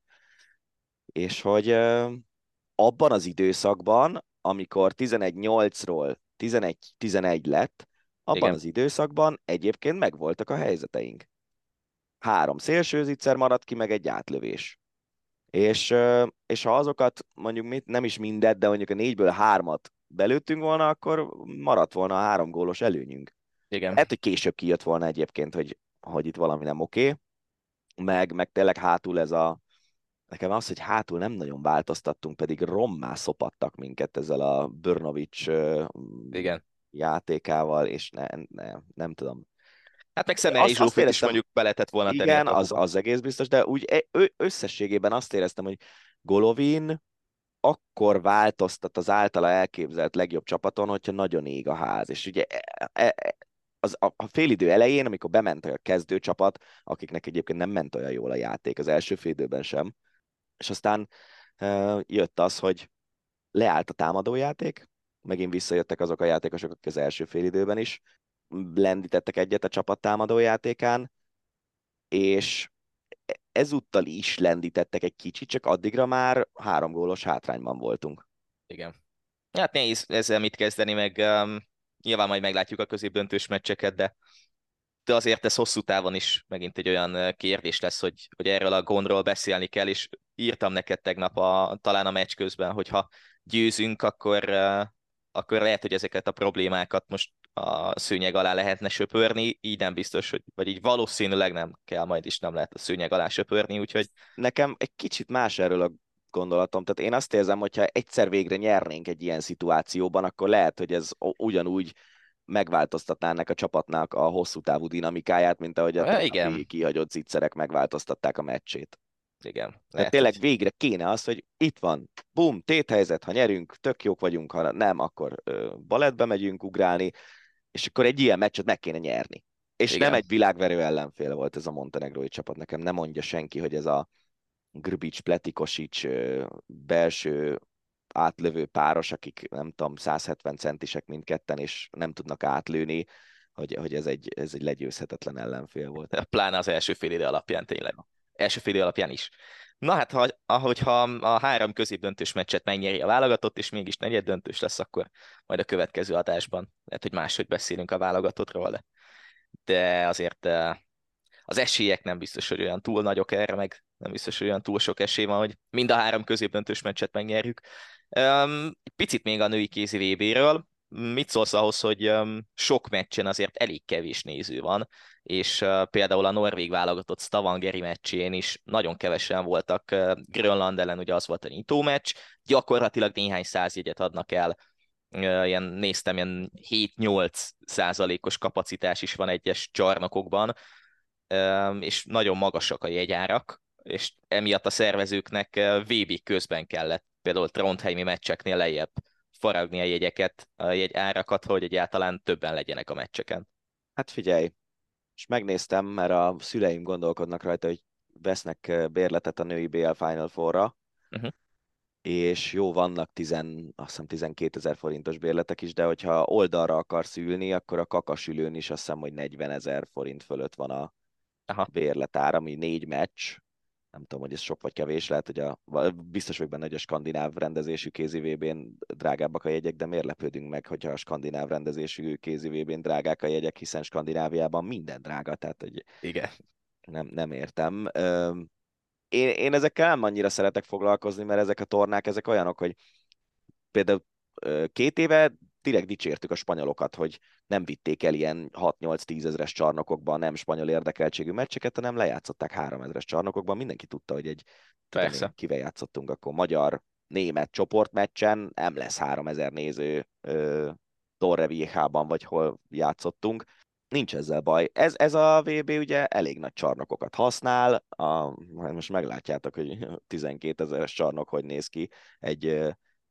és hogy abban az időszakban, amikor 11-8-ról 11-11 lett, abban igen, az időszakban egyébként megvoltak a helyzeteink. 3 szélsőzicser maradt ki, meg egy átlövés. És ha azokat mondjuk nem is mindet, de mondjuk a 4-ből 3-at belőttünk volna, akkor maradt volna a 3 gólos előnyünk. igen, Lehet, hogy később kijött volna egyébként, hogy itt valami nem oké, meg tényleg hátul nekem az, hogy hátul nem nagyon változtattunk, pedig rommá szopattak minket ezzel a Brnovic igen. játékával, és nem tudom. Hát meg Szemerei Azt Zsófit is éreztem, mondjuk bele lehetett volna tenni a igen, az, kapuba. az egész biztos, de úgy összességében azt éreztem, hogy Golovin akkor változtat az általa elképzelt legjobb csapaton, hogyha nagyon ég a ház. És ugye a félidő elején, amikor bement a kezdőcsapat, akiknek egyébként nem ment olyan jól a játék az első félidőben sem, és aztán jött az, hogy leállt a támadójáték, megint visszajöttek azok a játékosok, akik az első félidőben is lendítettek egyet a csapattámadó játékán, és ezúttal is lendítettek egy kicsit, csak addigra már 3 gólos hátrányban voltunk. Igen. Hát nehéz ezzel mit kezdeni, meg nyilván majd meglátjuk a középdöntős meccseket, de azért ez hosszú távon is megint egy olyan kérdés lesz, hogy erről a gondról beszélni kell, és írtam neked tegnap talán a meccs közben, hogyha győzünk, akkor lehet, hogy ezeket a problémákat most a szőnyeg alá lehetne söpörni, így nem biztos, vagy így valószínűleg nem kell, majd is nem lehet a szőnyeg alá söpörni, úgyhogy... Nekem egy kicsit más erről a gondolatom. Tehát én azt érzem, hogyha egyszer végre nyernénk egy ilyen szituációban, akkor lehet, hogy ez ugyanúgy megváltoztatná ennek a csapatnak a hosszú távú dinamikáját, mint ahogy a tegnapi kihagyott zicserek megváltoztatták a meccsét. Igen. Tehát Lehet, tényleg hogy... végre kéne az, hogy itt van, bum, téthelyzet, ha nyerünk, tök jók vagyunk, ha nem, akkor balettbe megyünk ugrálni, és akkor egy ilyen meccset meg kéne nyerni. És Igen. nem egy világverő ellenfél volt ez a montenegrói csapat. Nekem nem mondja senki, hogy ez a Grbić, Pletikosić belső átlövő páros, akik nem tudom, 170 centisek mindketten, és nem tudnak átlőni, hogy ez egy legyőzhetetlen ellenfél volt. Pláne az első fél idő alapján tényleg. Első fél idő alapján is. Na hát, ahogyha a 3 középdöntős meccset megnyeri a válogatott, és mégis negyeddöntős lesz, akkor majd a következő adásban lehet, hogy máshogy beszélünk a válogatottról, de azért az esélyek nem biztos, hogy olyan túl nagyok erre, meg nem biztos, hogy olyan túl sok esély van, hogy mind a 3 középdöntős meccset megnyerjük. Picit még a női kézi VB-ről. Mit szólsz ahhoz, hogy sok meccsen azért elég kevés néző van, és például a norvég válogatott Stavangeri meccsén is nagyon kevesen voltak. Grönland ellen ugye az volt a nyitó meccs, gyakorlatilag néhány száz jegyet adnak el, néztem, ilyen 7-8% kapacitás is van egyes csarnokokban, és nagyon magasak a jegyárak, és emiatt a szervezőknek VB közben kellett például trondheimi meccseknél lejjebb faragni a jegyeket, a jegyárakat, hogy egyáltalán többen legyenek a meccseken. Hát figyelj, és megnéztem, mert a szüleim gondolkodnak rajta, hogy vesznek bérletet a női BL Final Four-ra, és jó, vannak azt hiszem 12 000 forintos bérletek is, de hogyha oldalra akarsz ülni, akkor a kakasülőn is azt hiszem, hogy 40 000 forint fölött van a bérletár, ami 4 meccs. Nem tudom, hogy ez sok vagy kevés, lehet, hogy biztos vagyok benne, hogy a skandináv rendezésű kézi VB-n drágábbak a jegyek, de miért lepődünk meg, hogyha a skandináv rendezésű kézi VB-n drágák a jegyek, hiszen Skandináviában minden drága, tehát hogy igen. Nem értem. Én ezekkel nem annyira szeretek foglalkozni, mert ezek a tornák, ezek olyanok, hogy például 2 éve direkt dicsértük a spanyolokat, hogy nem vitték el ilyen 6-8-10 ezres csarnokokban nem spanyol érdekeltségű meccseket, hanem lejátszották 3000-es csarnokokban. Mindenki tudta, hogy Persze. kivel játszottunk, akkor magyar-német csoportmeccsen nem lesz 3000 néző Torrevieja-ban, vagy hol játszottunk. Nincs ezzel baj. Ez a VB ugye elég nagy csarnokokat használ, most meglátjátok, hogy 12 000-es csarnok hogy néz ki egy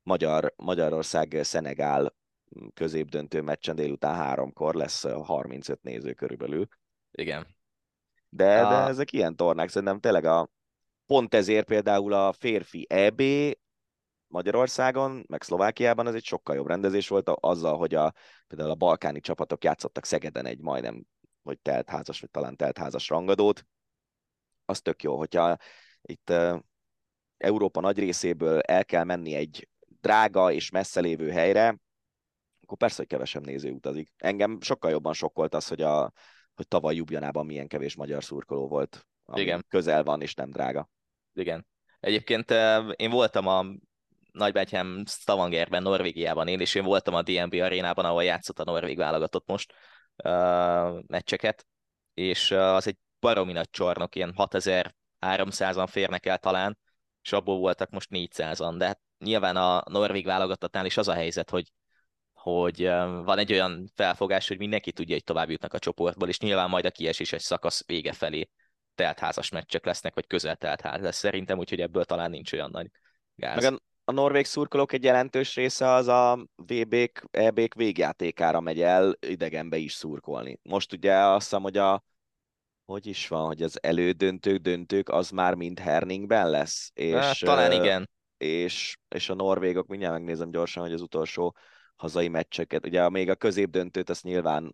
Magyarország-Szenegál középdöntő meccsen délután 3-kor lesz 35 néző körülbelül. Igen. De ezek ilyen tornák, szerintem tényleg pont ezért például a férfi EB Magyarországon, meg Szlovákiában ez egy sokkal jobb rendezés volt azzal, hogy például a balkáni csapatok játszottak Szegeden egy majdnem, vagy teltházas, vagy talán teltházas rangadót. Az tök jó, hogyha itt Európa nagy részéből el kell menni egy drága és messze lévő helyre, akkor persze, hogy kevesebb néző utazik. Engem sokkal jobban sokkolt az, hogy tavaly Ljubljanában milyen kevés magyar szurkoló volt, ami Igen. közel van és nem drága. Igen. Egyébként én voltam a nagybátyám Stavangerben, Norvégiában és én voltam a DNB arénában, ahol játszott a norvég válogatott most meccseket, és az egy baromi nagy csarnok, ilyen 6300-an férnek el talán, és abból voltak most 400-an, de hát nyilván a norvég válogatottnál is az a helyzet, hogy van egy olyan felfogás, hogy mindenki tudja, hogy tovább jutnak a csoportból, és nyilván majd a kieséses szakasz vége felé teltházas meccsek lesznek, vagy közel teltház lesz szerintem, úgyhogy ebből talán nincs olyan nagy gáz. Meg a norvég szurkolók egy jelentős része az a VB-k, EB-k végjátékára megy el idegenbe is szurkolni. Most ugye azt hiszem, hogy is van, hogy az döntők, az már mind Herningben lesz. És, talán igen. És a norvégok, mindjárt megnézem gyorsan, hogy az utolsó hazai meccseket, ugye még a középdöntőt, azt nyilván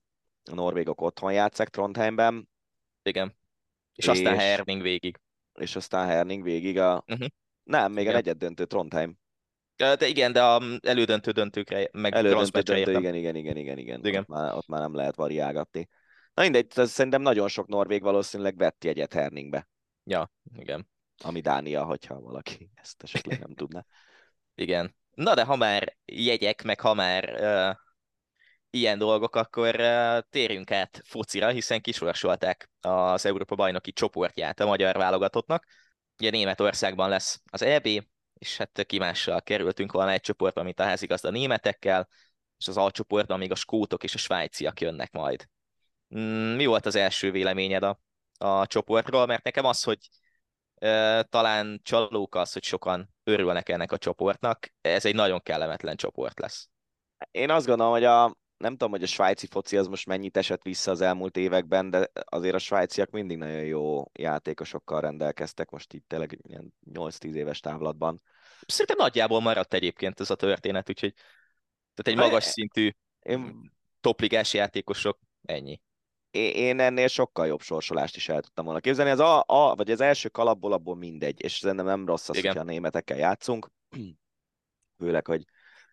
A norvégok otthon játszák Trondheimben, Igen. És aztán Herning végig. És aztán Herning végig Nem, még a Igen. negyeddöntő Trondheim. De igen, de a elődöntő döntőkre, meg Elődöntő bronzmeccsre döntő, értem. igen. Igen. Ott már nem lehet variálgatni. Na mindegy, szerintem nagyon sok norvég valószínűleg vett jegyet Herningbe, Ja, igen. ami Dánia, hogyha valaki ezt esetleg nem tudná. Igen. Na de ha már jegyek, meg ha már ilyen dolgok, akkor térjünk át focira, hiszen kisorsolták az Európa-bajnoki csoportját a magyar válogatottnak. Ugye Németországban lesz az EB, és hát ki mással kerültünk volna egy csoportba, mint a házigazda németekkel, és az alcsoportban még a skótok és a svájciak jönnek majd. Mi volt az első véleményed a csoportról? Mert nekem az, hogy talán csalók az, hogy sokan örülnek ennek a csoportnak, ez egy nagyon kellemetlen csoport lesz. Én azt gondolom, hogy nem tudom, hogy a svájci foci az most mennyit esett vissza az elmúlt években, de azért a svájciak mindig nagyon jó játékosokkal rendelkeztek, most itt tényleg ilyen 8-10 éves távlatban. Szerintem nagyjából maradt egyébként ez a történet, úgyhogy tehát egy magas szintű Én, topligás játékosok, ennyi. én ennél sokkal jobb sorsolást is el tudtam volna képzelni. Vagy az első kalapból abból mindegy, és szerintem nem rossz az, Igen. hogyha a németekkel játszunk. Főleg, hogy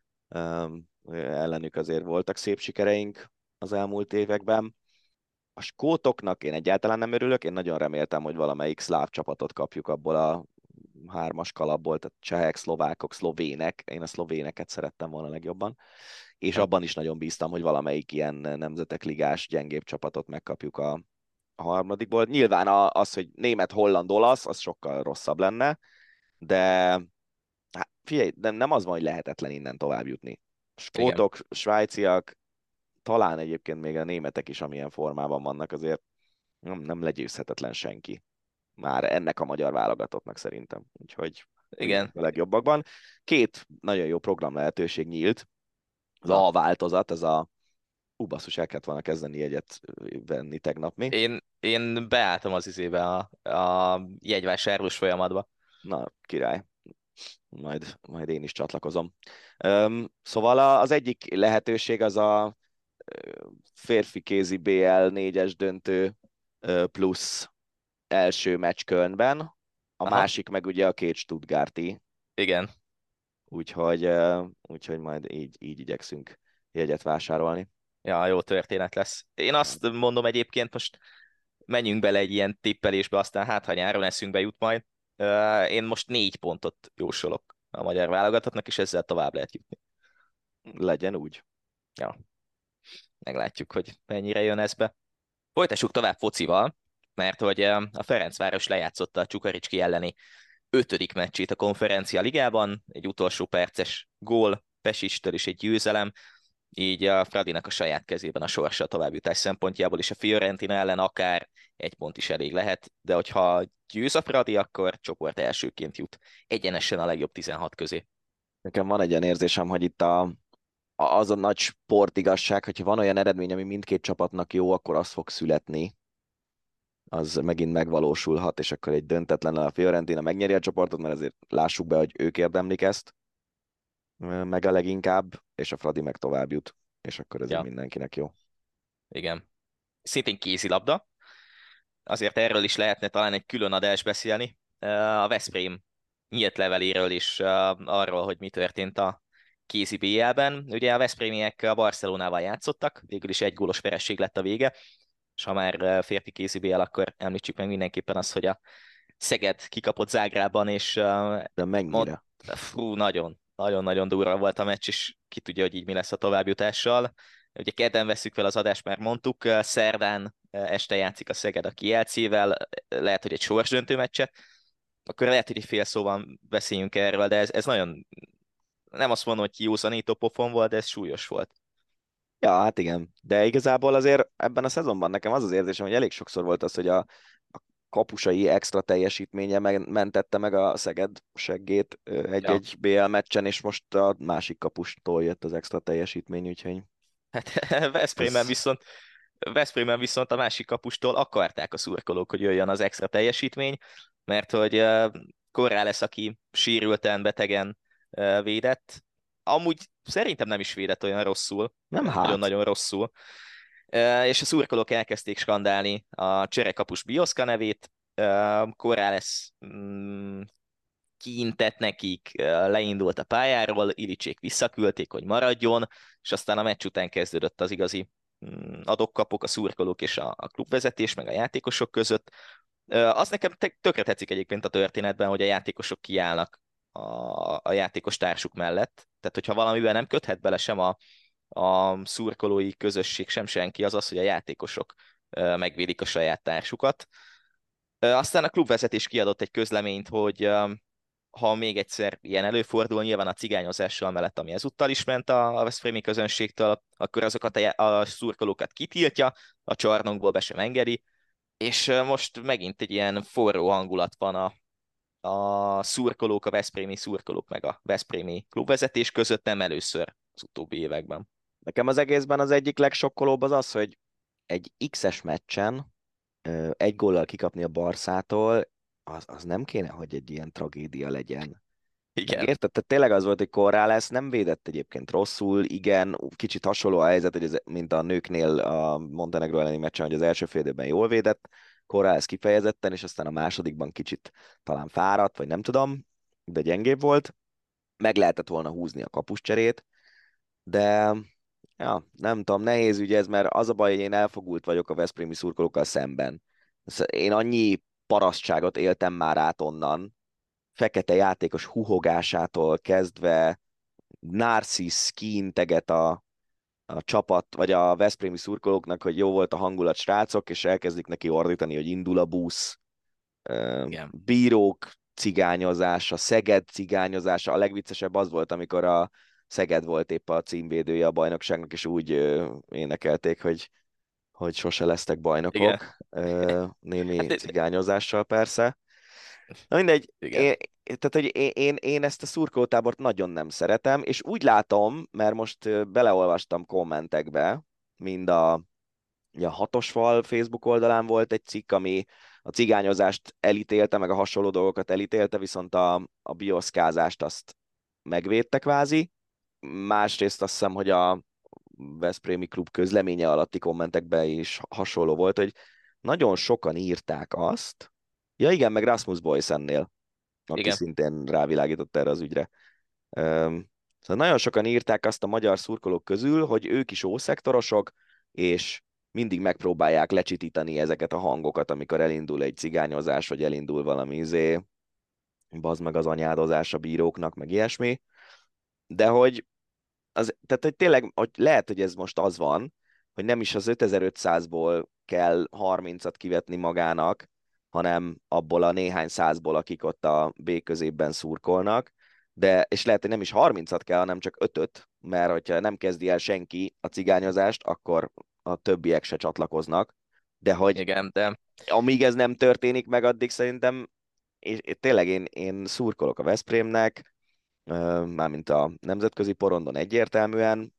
ellenük azért voltak szép sikereink az elmúlt években. A skótoknak én egyáltalán nem örülök, én nagyon reméltem, hogy valamelyik szláv csapatot kapjuk abból a hármas kalapból, tehát csehek, szlovákok, szlovének. Én a szlovéneket szerettem volna legjobban. És abban is nagyon bíztam, hogy valamelyik ilyen nemzetek ligás, gyengébb csapatot megkapjuk a harmadikból. Nyilván az, hogy német, holland, olasz, az sokkal rosszabb lenne, de hát figyelj, nem az van, hogy lehetetlen innen tovább jutni. Skótok, svájciak, talán egyébként még a németek is, amilyen formában vannak, azért nem legyőzhetetlen senki. Már ennek a magyar válogatottnak szerintem. Úgyhogy Igen. a legjobbakban. Két nagyon jó program lehetőség nyílt. Az A változat, ez a basszus, el kellett volna kezdeni egyet venni tegnap mi. Én beálltam az izébe a jegyvásárlós folyamatba. Na, király. Majd én is csatlakozom. Szóval az egyik lehetőség az a férfi kézi BL 4-es döntő plusz első meccs Kölnben, a másik meg ugye a két Stuttgarti. Igen. Úgyhogy majd így igyekszünk jegyet vásárolni. Ja, jó történet lesz. Én azt mondom egyébként, most menjünk bele egy ilyen tippelésbe, aztán hát, ha nyáron eszünkbe jut majd. Én most 4 pontot jósolok a magyar válogatottnak, és ezzel tovább lehet jutni. Legyen úgy. Ja. Meglátjuk, hogy mennyire jön ez be. Folytassuk tovább focival, mert hogy a Ferencváros lejátszotta a Csukaricski elleni 5. meccsét a Konferencia Ligában, egy utolsó perces gól Pesistől is egy győzelem, így a Fradinak a saját kezében a sorsa a továbbjutás szempontjából, és a Fiorentina ellen akár 1 pont is elég lehet, de hogyha győz a Fradi, akkor csoport elsőként jut egyenesen a legjobb 16 közé. Nekem van egy ilyen érzésem, hogy itt az a nagy sportigasság, hogyha van olyan eredmény, ami mindkét csapatnak jó, akkor az fog születni. Az megint megvalósulhat, és akkor egy döntetlen a Fiorentina megnyeri a csoportot, mert azért lássuk be, hogy ők érdemlik ezt, meg a leginkább, és a Fradi meg tovább jut, és akkor ez mindenkinek jó. Igen. Szintén kézilabda. Azért erről is lehetne talán egy külön adást beszélni. A Veszprém nyílt leveléről is arról, hogy mi történt a kézi BL-ben. Ugye a veszprémiek a Barcelonával játszottak, végül is 1 gólos vereség lett a vége, és ha már férfi kézi BL, akkor említsük meg mindenképpen azt, hogy a Szeged kikapott Zágrában, és de mennyire? Nagyon-nagyon durva volt a meccs, és ki tudja, hogy így mi lesz a továbbjutással. Ugye kedden veszük fel az adást, már mondtuk, szerdán este játszik a Szeged a Kielcével, lehet, hogy egy sorsdöntő meccset, akkor lehet, hogy egy fél szóval beszéljünk erről, de ez nagyon, nem azt mondom, hogy józanító pofon volt, de ez súlyos volt. Ja, hát igen. De igazából azért ebben a szezonban nekem az az érzésem, hogy elég sokszor volt az, hogy a kapusai extra teljesítménye mentette meg a Szeged seggét egy-egy BL meccsen, és most a másik kapustól jött az extra teljesítmény, úgyhogy... Hát Veszprémben viszont a másik kapustól akarták a szurkolók, hogy jöjjön az extra teljesítmény, mert hogy Korrál lesz, aki sérülten, betegen védett. Amúgy szerintem nem is védett olyan rosszul. Nem hát. Nagyon-nagyon rosszul. És a szurkolók elkezdték skandálni a cserekapus Bioszka nevét, Corrales kiintett nekik, leindult a pályáról, Ilicsék visszaküldték, hogy maradjon, és aztán a meccs után kezdődött az igazi adok-kapok a szurkolók és a klubvezetés, meg a játékosok között. Az nekem tökre tetszik egyébként a történetben, hogy a játékosok kiállnak a játékos társuk mellett. Tehát, hogyha valamiben nem köthet bele sem a szurkolói közösség, sem senki, az az, hogy a játékosok megvédik a saját társukat. Aztán a klubvezetés kiadott egy közleményt, hogy ha még egyszer ilyen előfordul, nyilván a cigányozással mellett, ami ezúttal is ment a veszprémi közönségtől, akkor azokat a szurkolókat kitiltja, a csarnokból be sem engedi, és most megint egy ilyen forró hangulat van a szurkolók, a veszprémi szurkolók meg a veszprémi klubvezetés között, nem először az utóbbi években. Nekem az egészben az egyik legsokkolóbb az az, hogy egy X-es meccsen egy góllal kikapni a Barszától, az nem kéne, hogy egy ilyen tragédia legyen. Igen. Érted? Tehát tényleg az volt, hogy Corrales nem védett egyébként rosszul, igen, kicsit hasonló a helyzet, hogy mint a nőknél a Montenegro elleni meccsen, hogy az első fél időben jól védett, Corrales kifejezetten, és aztán a másodikban kicsit talán fáradt, vagy nem tudom, de gyengébb volt. Meg lehetett volna húzni a kapuscserét, de ja, nem tudom, nehéz ügy ez, mert az a baj, hogy én elfogult vagyok a veszprémi szurkolókkal szemben. Én annyi parasztságot éltem már át onnan, fekete játékos huhogásától kezdve Narcisz kiinteget a csapat, vagy a veszprémi szurkolóknak, hogy jó volt a hangulat, srácok, és elkezdik neki ordítani, hogy indul a busz. Igen. Bírók cigányozása, Szeged cigányozása. A legviccesebb az volt, amikor a Szeged volt épp a címvédője a bajnokságnak, és úgy énekelték, hogy sose lesztek bajnokok. Némi Hát, cigányozással persze. Na mindegy, igen. tehát, hogy én ezt a szurkolótábort nagyon nem szeretem, és úgy látom, mert most beleolvastam kommentekbe, mind ugye a Hatosfal Facebook oldalán volt egy cikk, ami a cigányozást elítélte, meg a hasonló dolgokat elítélte, viszont a bioszkázást azt megvédte kvázi. Másrészt azt hiszem, hogy a Veszprémi klub közleménye alatti kommentekben is hasonló volt, hogy nagyon sokan írták azt, ja igen, meg Rasmus Boysennél, aki Igen. szintén rávilágított erre az ügyre. Szóval nagyon sokan írták azt a magyar szurkolók közül, hogy ők is ószektorosok, és mindig megpróbálják lecsitítani ezeket a hangokat, amikor elindul egy cigányozás, vagy elindul valami bazd meg az anyádozás a bíróknak, meg ilyesmi. De hogy tehát, hogy tényleg hogy lehet, hogy ez most az van, hogy nem is az 5500-ból kell 30-at kivetni magának, hanem abból a néhány százból, akik ott a B középben szurkolnak, és lehet, hogy nem is 30-at kell, hanem csak 5-öt, mert hogyha nem kezdi el senki a cigányozást, akkor a többiek se csatlakoznak. De hogy Igen, de amíg ez nem történik meg, addig szerintem, és tényleg én szurkolok a Veszprémnek, mármint a nemzetközi porondon egyértelműen,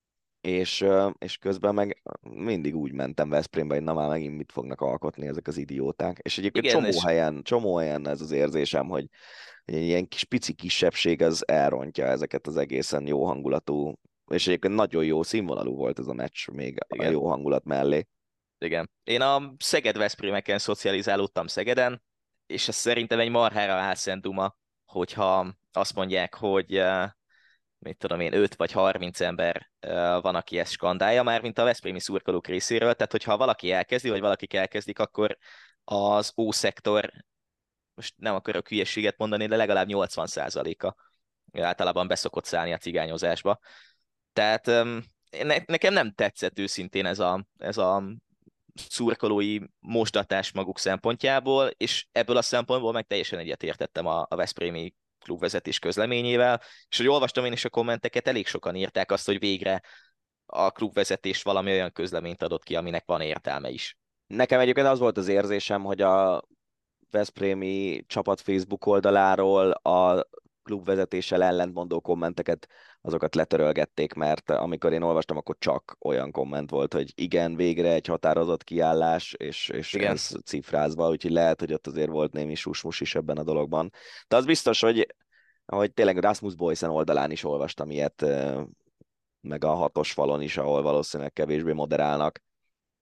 és közben meg mindig úgy mentem Veszprémbe, hogy na már megint mit fognak alkotni ezek az idióták. És egyébként igen, csomó helyen ez az érzésem, hogy egy ilyen kis pici kisebbség az elrontja ezeket az egészen jó hangulatú, és egyébként nagyon jó színvonalú volt ez a meccs még a igen. jó hangulat mellé. Igen. Én a Szeged-Veszprémeken szocializálódtam Szegeden, és ez szerintem egy marhára álszent duma, hogyha azt mondják, hogy mit tudom én, 5 vagy 30 ember van, aki ezt skandálja, már mint a veszprémi szurkolók részéről, tehát hogyha valaki elkezdi, vagy valakik elkezdik, akkor az O-szektor, most nem akarok hülyeséget mondani, de legalább 80%-a általában beszokott szállni a cigányozásba. Tehát nekem nem tetszett őszintén ez a szurkolói mosdatás maguk szempontjából, és ebből a szempontból meg teljesen egyetértettem a veszprémi klubvezetés közleményével, és hogy olvastam én is a kommenteket, elég sokan írták azt, hogy végre a klubvezetés valami olyan közleményt adott ki, aminek van értelme is. Nekem egyébként az volt az érzésem, hogy a veszprémi csapat Facebook oldaláról a klubvezetéssel ellentmondó kommenteket, azokat letörölgették, mert amikor én olvastam, akkor csak olyan komment volt, hogy igen, végre egy határozott kiállás, és Igen. ez cifrázva, úgyhogy lehet, hogy ott azért volt némi susmus is ebben a dologban. De az biztos, hogy tényleg Rasmus Boysen oldalán is olvastam ilyet, meg a hatos falon is, ahol valószínűleg kevésbé moderálnak,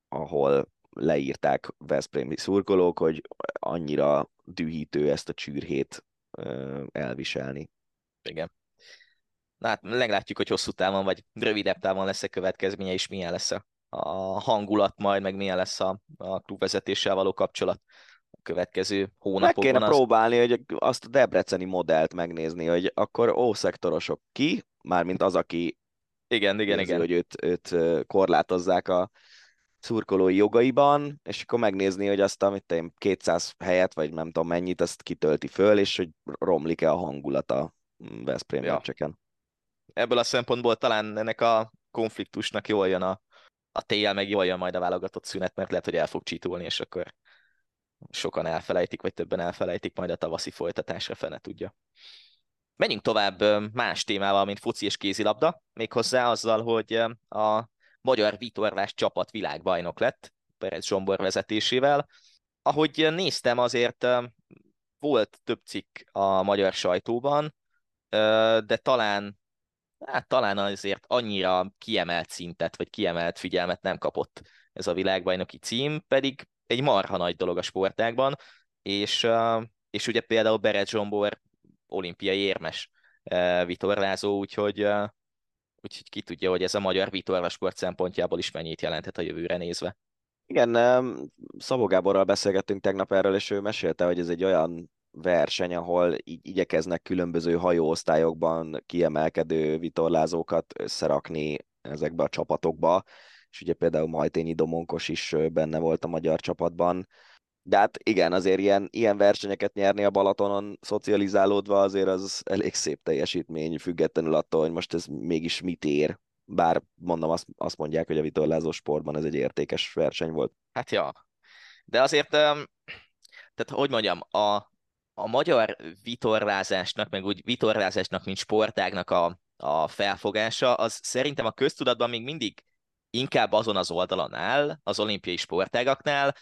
ahol leírták veszprémi szurkolók, hogy annyira dühítő ezt a csürhét elviselni. Igen. Na hát meglátjuk, hogy hosszú távon vagy rövidebb távon lesz a következménye, és milyen lesz a hangulat majd, meg milyen lesz a klubvezetéssel való kapcsolat a következő Meg kéne hónapokban. próbálni, hogy azt a debreceni modellt megnézni, hogy akkor ó-szektorosok ki, mármint az, aki Igen. érzi, hogy őt korlátozzák a szurkolói jogaiban, és akkor megnézni, hogy azt, amit én 200 helyet, vagy nem tudom mennyit, azt kitölti föl, és hogy romlik-e a hangulata Veszprém Ja. meccseken. Ebből a szempontból talán ennek a konfliktusnak jól jön a tél, meg jól jön majd a válogatott szünet, mert lehet, hogy el fog csitulni, és akkor sokan elfelejtik, vagy többen elfelejtik majd a tavaszi folytatásra, fene tudja. Menjünk tovább más témával, mint foci és kézilabda, méghozzá azzal, hogy a magyar vitorlás csapat világbajnok lett, Perez Zsombor vezetésével. Ahogy néztem, volt több cikk a magyar sajtóban, de talán azért annyira kiemelt szintet, vagy kiemelt figyelmet nem kapott ez a világbajnoki cím, pedig egy marha nagy dolog a sportágban, és ugye például Berez Zsombor olimpiai érmes vitorlázó, úgyhogy ki tudja, hogy ez a magyar vitorlasport szempontjából is mennyit jelenthet a jövőre nézve. Igen, Szabó Gáborral beszélgettünk tegnap erről, és ő mesélte, hogy ez egy olyan verseny, ahol így igyekeznek különböző hajóosztályokban kiemelkedő vitorlázókat összerakni ezekbe a csapatokba, és ugye például Majtényi Domonkos is benne volt a magyar csapatban. De hát igen, azért ilyen versenyeket nyerni a Balatonon szocializálódva azért az elég szép teljesítmény, függetlenül attól, hogy most ez mégis mit ér. Bár mondom, azt mondják, hogy a vitorlázó sportban ez egy értékes verseny volt. Hát ja, de azért, tehát hogy mondjam, a magyar vitorlázásnak, meg úgy vitorlázásnak, mint sportágnak a felfogása, az szerintem a köztudatban még mindig inkább azon az oldalon áll, az olimpiai sportágaknál,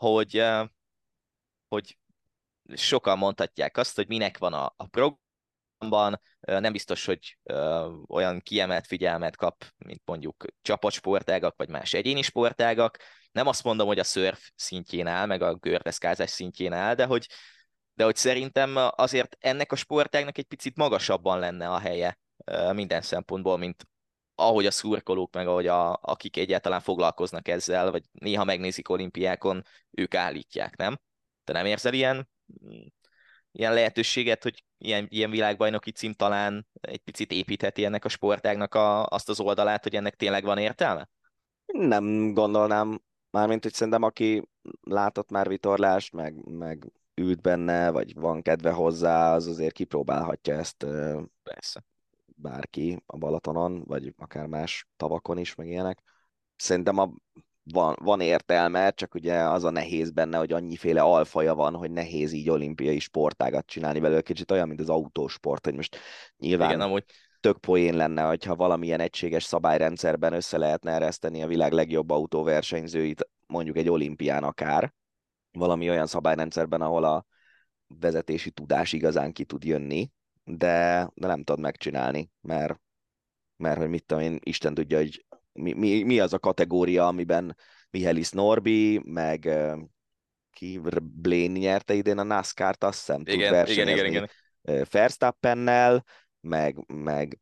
hogy sokan mondhatják azt, hogy minek van a programban, nem biztos, hogy olyan kiemelt figyelmet kap, mint mondjuk csapatsportágak, vagy más egyéni sportágak. Nem azt mondom, hogy a szörf szintjén áll, meg a gördeszkázás szintjén áll, de hogy szerintem azért ennek a sportágnak egy picit magasabban lenne a helye minden szempontból, mint ahogy a szurkolók, meg akik egyáltalán foglalkoznak ezzel, vagy néha megnézik olimpiákon, ők állítják, nem? Te nem érzel ilyen lehetőséget, hogy ilyen világbajnoki cím talán egy picit építheti ennek a sportágnak azt az oldalát, hogy ennek tényleg van értelme? Nem gondolnám, mármint, hogy szerintem aki látott már vitorlást, meg ült benne, vagy van kedve hozzá, az azért kipróbálhatja ezt Persze. bárki a Balatonon, vagy akár más tavakon is, meg ilyenek. Szerintem van értelme, csak ugye az a nehéz benne, hogy annyiféle alfaja van, hogy nehéz így olimpiai sportágat csinálni belőle. Kicsit olyan, mint az autósport, hogy most nyilván Igen, amúgy. tök poén lenne, hogyha valamilyen egységes szabályrendszerben össze lehetne ereszteni a világ legjobb autóversenyzőit, mondjuk egy olimpián akár, valami olyan szabályrendszerben, ahol a vezetési tudás igazán ki tud jönni, de nem tudod megcsinálni, mert hogy mit tudom én, Isten tudja, hogy mi az a kategória, amiben Mihelis Norbi, meg Blaney nyerte idén a NASCAR-t, azt hiszem, tud versenyezni igen. Verstappennel, meg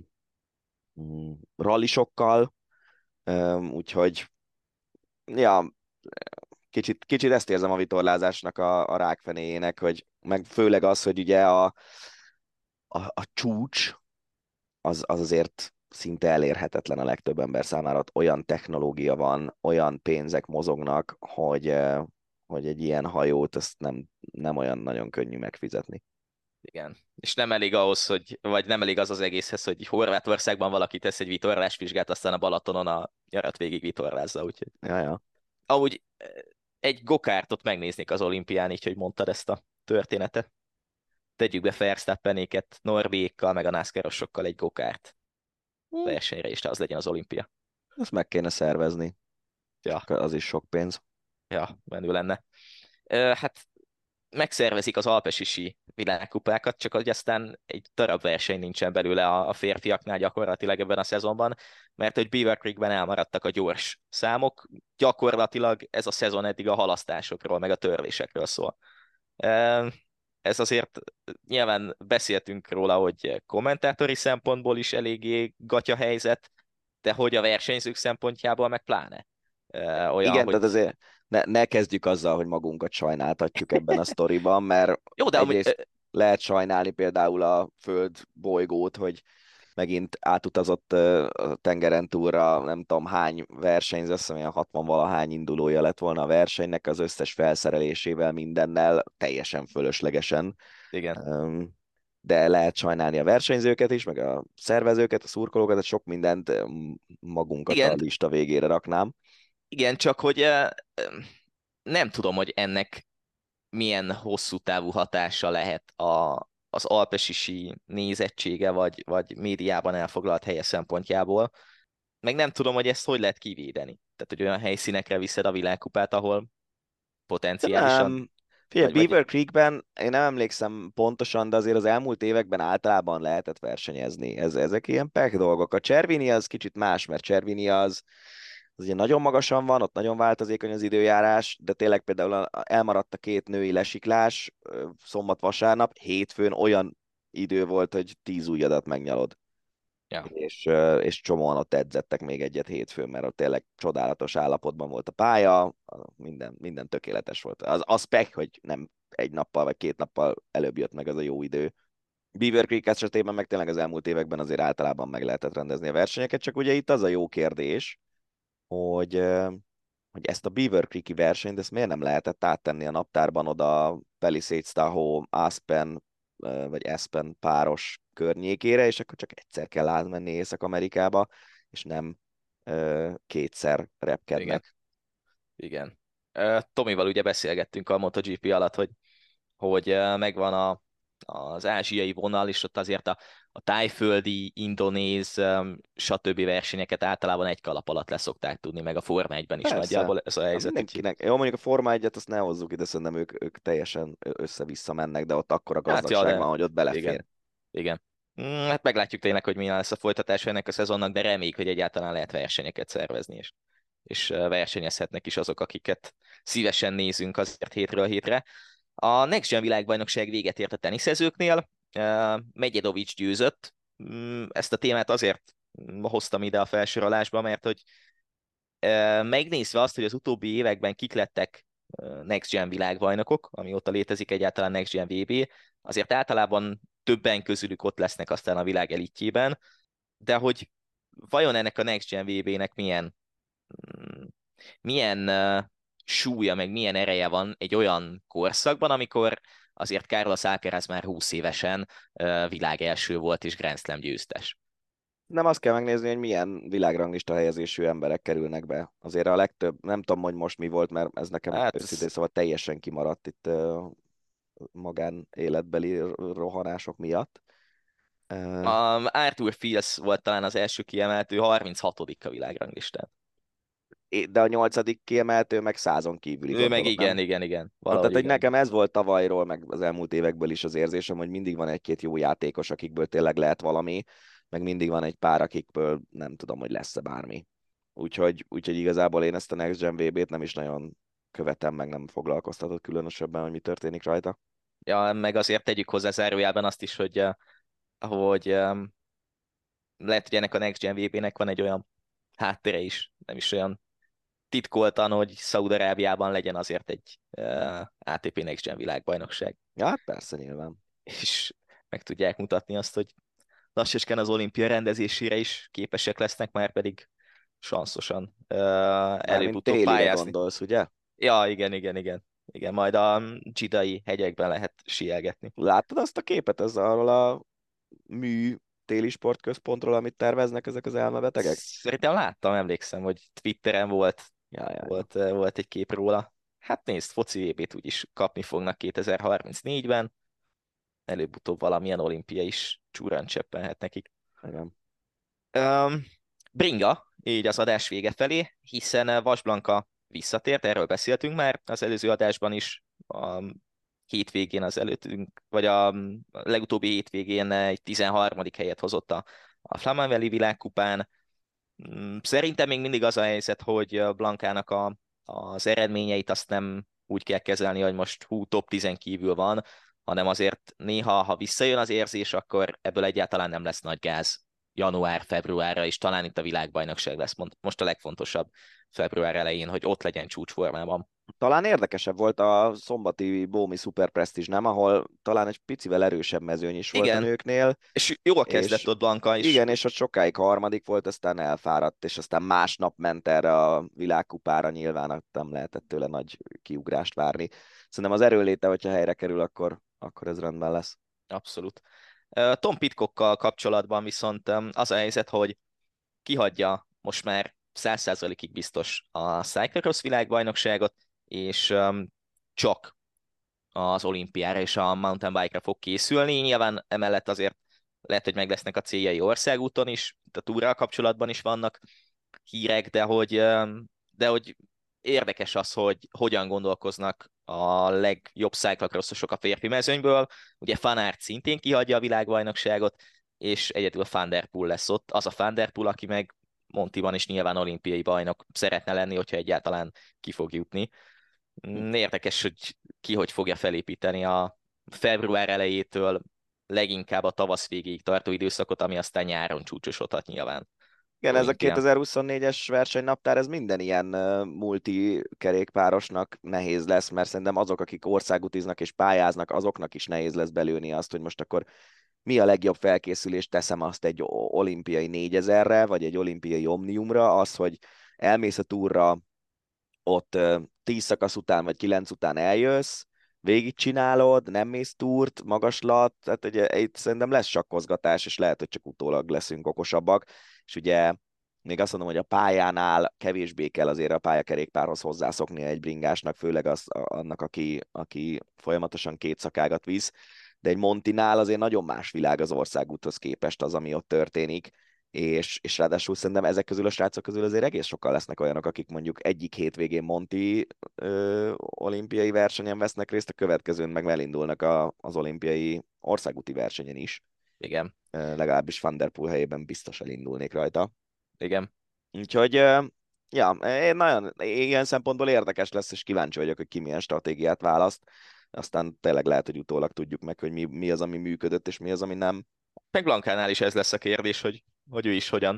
rallisokkal, úgyhogy ja, kicsit ezt érzem a vitorlázásnak a rákfenéjének, hogy meg főleg az, hogy ugye a csúcs az azért szinte elérhetetlen a legtöbb ember számára. Ott olyan technológia van, olyan pénzek mozognak, hogy egy ilyen hajót ezt nem olyan nagyon könnyű megfizetni. Igen. És nem elég ahhoz, vagy nem elég az egészhez, hogy Horvátországban valaki tesz egy vitorlásvizsgát, aztán a Balatonon a nyarat végig vitorlázza, úgyhogy. Ja. Amúgy egy gokártot megnéznék az olimpián, így, hogy mondtad ezt a történetet. Tegyük be Verstappenéket, Norbiékkal, meg a NASCAR-osokkal egy gokárt versenyre, és az legyen az olimpia. Ezt meg kéne szervezni. Ja. Az is sok pénz. Ja, menő lenne. Hát megszervezik az alpesisi világkupákat, csak hogy aztán egy darab verseny nincsen belőle a férfiaknál gyakorlatilag ebben a szezonban, mert hogy Beaver Creekben elmaradtak a gyors számok, gyakorlatilag ez a szezon eddig a halasztásokról, meg a törlésekről szól. Ez azért nyilván beszéltünk róla, hogy kommentátori szempontból is eléggé gatya helyzet, de hogy a versenyzők szempontjából meg pláne. Olyan, Igen, hogy... tehát azért ne kezdjük azzal, hogy magunkat sajnáltatjuk ebben a sztoriban, mert Jó, de egyrészt lehet sajnálni például a Föld bolygót, hogy megint átutazott a tengeren túlra, nem tudom hány versenyző, azt hiszem, ilyen 60-valahány indulója lett volna a versenynek, az összes felszerelésével, mindennel, teljesen fölöslegesen. Igen. De lehet sajnálni a versenyzőket is, meg a szervezőket, a szurkolókat, tehát sok mindent magunkat a Igen, lista végére raknám. igen, csak hogy nem tudom, hogy ennek milyen hosszú távú hatása lehet az alpesisi nézettsége, vagy médiában elfoglalt helye szempontjából. Meg nem tudom, hogy ezt hogy lehet kivédeni. Tehát, hogy olyan helyszínekre viszed a világkupát, ahol potenciálisan... Nem. Figyelj, Vagy Beaver Creekben én nem emlékszem pontosan, de azért az elmúlt években általában lehetett versenyezni. Ezek ilyen pek dolgok. A Cervini az kicsit más, mert Cervini az ugye nagyon magasan van, ott nagyon változékony az időjárás, de tényleg például elmaradt a két női lesiklás szombat-vasárnap, hétfőn olyan idő volt, hogy 10 ujjadat megnyalod. Ja. És csomóan ott edzettek még egyet hétfőn, mert ott tényleg csodálatos állapotban volt a pálya, minden tökéletes volt. Az pek, hogy nem egy nappal vagy 2 nappal előbb jött meg az a jó idő. Beaver Creek esetében meg tényleg az elmúlt években azért általában meg lehetett rendezni a versenyeket, csak ugye itt az a jó kérdés, hogy ezt a Beaver Creek-i versenyt, ezt miért nem lehetett áttenni a naptárban oda Palisades, Tahoe, Aspen, vagy Aspen páros környékére, és akkor csak egyszer kell átmenni Észak-Amerikába, és nem kétszer repkednek. Igen. Tomival ugye beszélgettünk a MotoGP alatt, hogy megvan az ázsiai vonal, és ott azért a tájföldi, indonéz, stb. Versenyeket általában egy kalap alatt leszokták tudni, meg a Forma 1-ben is Persze. nagyjából ez a helyzet. Mindenkinek. Jó, mondjuk a Forma 1-et azt ne hozzuk ide, szerintem ők teljesen össze-vissza mennek, de ott akkora gazdagság van, hogy ott belefér. Igen. Hát meglátjuk tényleg, hogy milyen lesz a folytatás ennek a szezonnak, de reméljük, hogy egyáltalán lehet versenyeket szervezni, és versenyezhetnek is azok, akiket szívesen nézünk azért hétről hétre. A Next Gen világbajnokság véget ért a teniszezőknél, Medjedovics győzött. Ezt a témát azért hoztam ide a felsorolásba, mert hogy megnézve azt, hogy az utóbbi években kik lettek Next Gen világbajnokok, amióta létezik egyáltalán Next Gen VB, azért általában többen közülük ott lesznek aztán a világ elitjében, de hogy vajon ennek a Next Gen VB-nek milyen súlya, meg milyen ereje van egy olyan korszakban, amikor azért Carlos Alcaraz már 20 évesen világ első volt és Grand Slam győztes. Nem, azt kell megnézni, hogy milyen világranglista helyezésű emberek kerülnek be. Azért a legtöbb, nem tudom, hogy most mi volt, mert ez nekem őszintén szóval teljesen kimaradt itt magánéletbeli rohanások miatt. Arthur Fils volt talán az első kiemeltő, 36. a világranglistán. De a 8. kiemeltő meg 100-on kívüli. Ő gondolom, meg igen. Tehát, hogy nekem ez volt tavalyról, meg az elmúlt évekből is az érzésem, hogy mindig van egy-két jó játékos, akikből tényleg lehet valami, meg mindig van egy pár, akikből nem tudom, hogy lesz-e bármi. Úgyhogy igazából én ezt a Next Gen VB-t nem is nagyon követem, meg nem foglalkoztatott különösebben, hogy mi történik rajta. Ja, meg azért tegyük hozzá zárójában azt is, hogy lehet, hogy ennek a Next Gen VB-nek van egy olyan háttere is, nem is olyan titkoltan, hogy Szaúd-Arábiában legyen azért egy ATP Next Gen világbajnokság. Ja, hát persze, nyilván. És meg tudják mutatni azt, hogy lassacskán az olimpia rendezésére is képesek lesznek, már pedig sanszosan előbb-utóbb pályázni. Gondolsz, ugye? Ja, igen. Igen, majd a dzsidai hegyekben lehet síelgetni. Láttad azt a képet arról a mű téli sportközpontról, amit terveznek ezek az elmebetegek? Szerintem láttam, emlékszem, hogy Twitteren volt egy kép róla. Hát nézd, foci VB-t úgyis kapni fognak 2034-ben. Előbb-utóbb valamilyen olimpia is csúrán cseppenhet nekik. Igen. Bringa, így az adás vége felé, hiszen Vasblanka visszatért, erről beszéltünk már az előző adásban is, a hétvégén az előttünk, vagy a legutóbbi hétvégén egy 13. helyet hozott a Flamanveli világkupán. Szerintem még mindig az a helyzet, hogy Blankának az eredményeit azt nem úgy kell kezelni, hogy most top 10 kívül van, hanem azért néha, ha visszajön az érzés, akkor ebből egyáltalán nem lesz nagy gáz január-februárra, és talán itt a világbajnokság lesz most a legfontosabb február elején, hogy ott legyen csúcsformában. Talán érdekesebb volt a szombati Bómi Super Prestige, nem? Ahol talán egy picivel erősebb mezőny is volt a Igen, nőknél. és jól kezdett És ott Blanka is. igen, és ott sokáig harmadik volt, aztán elfáradt, és aztán másnap ment erre a világkupára, nyilván nem lehetett tőle nagy kiugrást várni. Szerintem az erőléte, hogyha helyre kerül, akkor ez rendben lesz. Abszolút. Tom Pidcockkal kapcsolatban viszont az a helyzet, hogy kihagyja most már 100%-ig biztos a Cyclocross világbajnokságot, és csak az olimpiára és a mountain bike-ra fog készülni. Nyilván emellett azért lehet, hogy meg lesznek a céljai országúton is, a túrral kapcsolatban is vannak hírek, de hogy érdekes az, hogy hogyan gondolkoznak a legjobb cyclocrossosok a férfi mezőnyből. Ugye Van Aert szintén kihagyja a világbajnokságot, és egyedül Van der Poel lesz ott. Az a Van der Poel, aki meg Montiban is nyilván olimpiai bajnok szeretne lenni, hogyha egyáltalán ki fog jutni. Érdekes, hogy ki hogy fogja felépíteni a február elejétől leginkább a tavasz végéig tartó időszakot, ami aztán nyáron csúcsosodhat nyilván. Igen, ez a Olimpia. 2024-es versenynaptár, ez minden ilyen multi-kerékpárosnak nehéz lesz, mert szerintem azok, akik országutiznak és pályáznak, azoknak is nehéz lesz belőni azt, hogy most akkor mi a legjobb felkészülést, teszem azt egy olimpiai 4000-re, vagy egy olimpiai omniumra, az, hogy elmész a túrra, ott 10 szakasz után, vagy 9 után eljössz, végigcsinálod, nem mész túrt, magaslat, tehát ugye itt szerintem lesz sakkozgatás, és lehet, hogy csak utólag leszünk okosabbak, és ugye még azt mondom, hogy a pályánál kevésbé kell azért a pályakerékpárhoz hozzászokni egy bringásnak, főleg annak, aki folyamatosan két szakágat visz, de egy Montinál azért nagyon más világ az országúthoz képest az, ami ott történik, és ráadásul szerintem ezek közül a srácok közül azért egész sokan lesznek olyanok, akik mondjuk egyik hétvégén Monti olimpiai versenyen vesznek részt, a következőn meg elindulnak az olimpiai országúti versenyen is. Igen, Legalábbis Van der Poel helyében biztos elindulnék rajta. igen. Úgyhogy, ja, nagyon ilyen szempontból érdekes lesz, és kíváncsi vagyok, hogy ki milyen stratégiát választ. Aztán tényleg lehet, hogy utólag tudjuk meg, hogy mi az, ami működött, és mi az, ami nem. Meg Blankánál is ez lesz a kérdés, hogy ő is hogyan,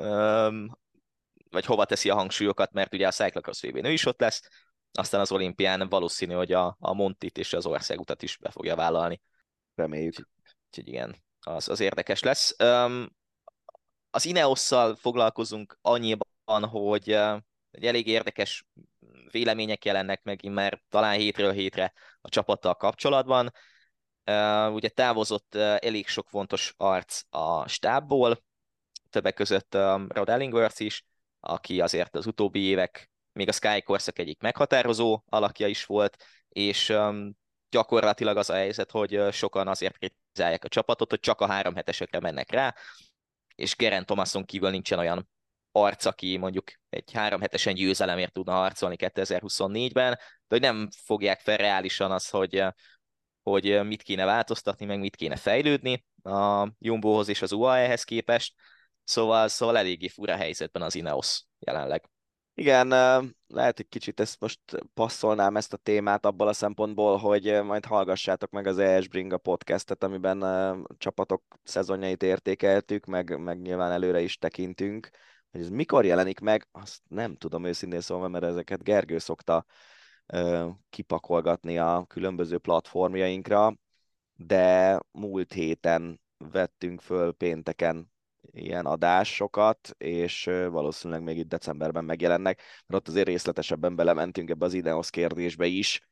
vagy hova teszi a hangsúlyokat, mert ugye a Cyclocross VB-n ő is ott lesz, aztán az olimpián valószínű, hogy a Montit és az országutat is be fogja vállalni. Reméljük. Úgyhogy igen, az érdekes lesz. Az Ineosszal foglalkozunk annyiban, hogy elég érdekes vélemények jelennek meg már talán hétről hétre a csapattal kapcsolatban. Ugye távozott elég sok fontos arc a stábból, többek között Rod Ellingworth is, aki azért az utóbbi évek, még a Sky korszak egyik meghatározó alakja is volt, és gyakorlatilag az a helyzet, hogy sokan azért kritizálják a csapatot, hogy csak a 3 hetesekre mennek rá, és Geraint Thomason kívül nincsen olyan arc, aki mondjuk egy 3 hetesen győzelemért tudna harcolni 2024-ben, de hogy nem fogják fel reálisan az, hogy mit kéne változtatni, meg mit kéne fejlődni a Jumbohoz és az UAE-hez képest. Szóval eléggé fura helyzetben az Ineos jelenleg. Igen, lehet, hogy kicsit ezt most passzolnám ezt a témát abból a szempontból, hogy majd hallgassátok meg az ES Bringa podcastet, amiben a csapatok szezonjait értékeltük, meg nyilván előre is tekintünk. Hogy ez mikor jelenik meg, azt nem tudom őszintén szólva, mert ezeket Gergő szokta kipakolgatni a különböző platformjainkra, de múlt héten vettünk föl pénteken ilyen adásokat, és valószínűleg még itt decemberben megjelennek, mert ott azért részletesebben belementünk ebbe az Ineos kérdésbe is,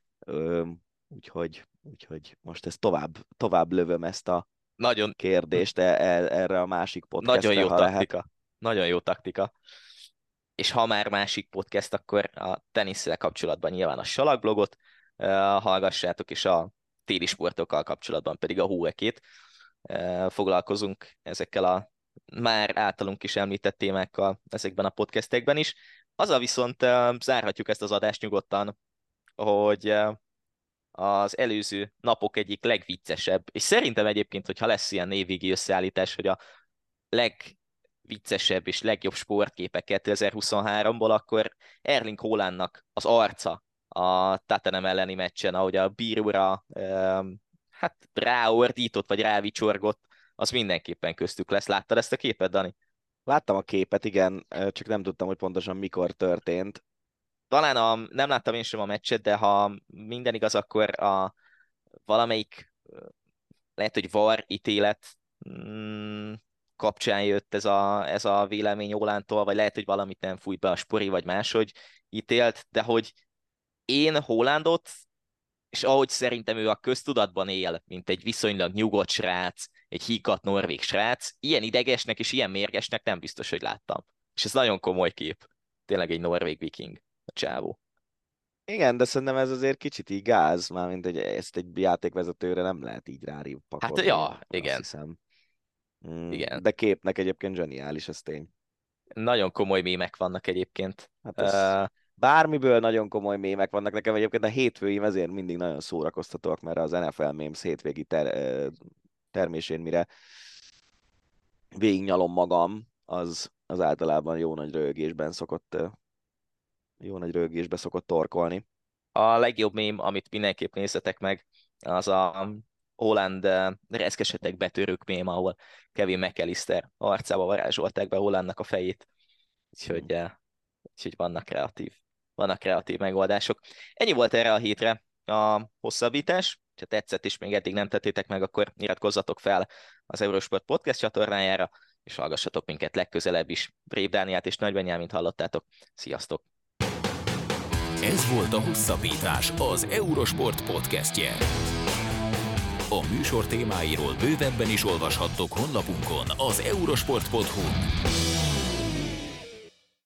úgyhogy most ezt tovább lövöm ezt a Nagyon, kérdést erre a másik podcastre, nagyon jó ha lehet. taktika. Nagyon jó taktika. És ha már másik podcast, akkor a tenisszel kapcsolatban nyilván a Salakblogot hallgassátok, és a téli sportokkal kapcsolatban pedig a Hóekét. Foglalkozunk ezekkel a már általunk is említett témákkal ezekben a podcastekben is. Azzal viszont zárhatjuk ezt az adást nyugodtan, hogy az előző napok egyik legviccesebb, és szerintem egyébként, hogyha lesz ilyen névvégi összeállítás, hogy a legviccesebb és legjobb sportképek 2023-ból, akkor Erling Haalandnak az arca a Tottenham elleni meccsen, ahogy a bíróra hát ráordított, vagy rávicsorgott, az mindenképpen köztük lesz. Láttad ezt a képet, Dani? Láttam a képet, igen, csak nem tudtam, hogy pontosan mikor történt. Talán nem láttam én sem a meccset, de ha minden igaz, akkor valamelyik, lehet, hogy VAR ítélet kapcsán jött ez a vélemény Haalandtól, vagy lehet, hogy valamit nem fújt be a spori, vagy máshogy ítélt, de hogy én Haalandot, és ahogy szerintem ő a köztudatban él, mint egy viszonylag nyugodt srác, egy híkat norvég srác, ilyen idegesnek és ilyen mérgesnek nem biztos, hogy láttam. És ez nagyon komoly kép. Tényleg egy norvég viking a csávó. Igen, de szerintem ez azért kicsit így gáz, mármint hogy ezt egy játékvezetőre nem lehet így pakolni. Hát ja, igen. Hiszem. Igen. De képnek egyébként zseniális, ez tény. Nagyon komoly mémek vannak egyébként. Hát bármiből nagyon komoly mémek vannak. Nekem egyébként a hétfőim ezért mindig nagyon szórakoztatóak, mert az NFL Memes hétvégi termésén, mire végignyalom magam, az általában jó nagy röhögésbe szokott torkolni. A legjobb mém, amit mindenképp nézzetek meg, az a Haaland reszkesetek betörők mém, ahol Kevin McAllister arcába varázsolták be Haalandnak a fejét. Úgyhogy vannak kreatív megoldások. Ennyi volt erre a hétre a hosszabbítás. Ha tetszett és még eddig nem tettétek meg, akkor iratkozzatok fel az Eurosport Podcast csatornájára, és hallgassatok minket legközelebb is. Rév Dánielt és Nagy Benyámint hallottátok. Sziasztok! Ez volt a Hosszabbítás, az Eurosport podcastje. A műsor témáiról bővebben is olvashattok honlapunkon, az eurosport.hu.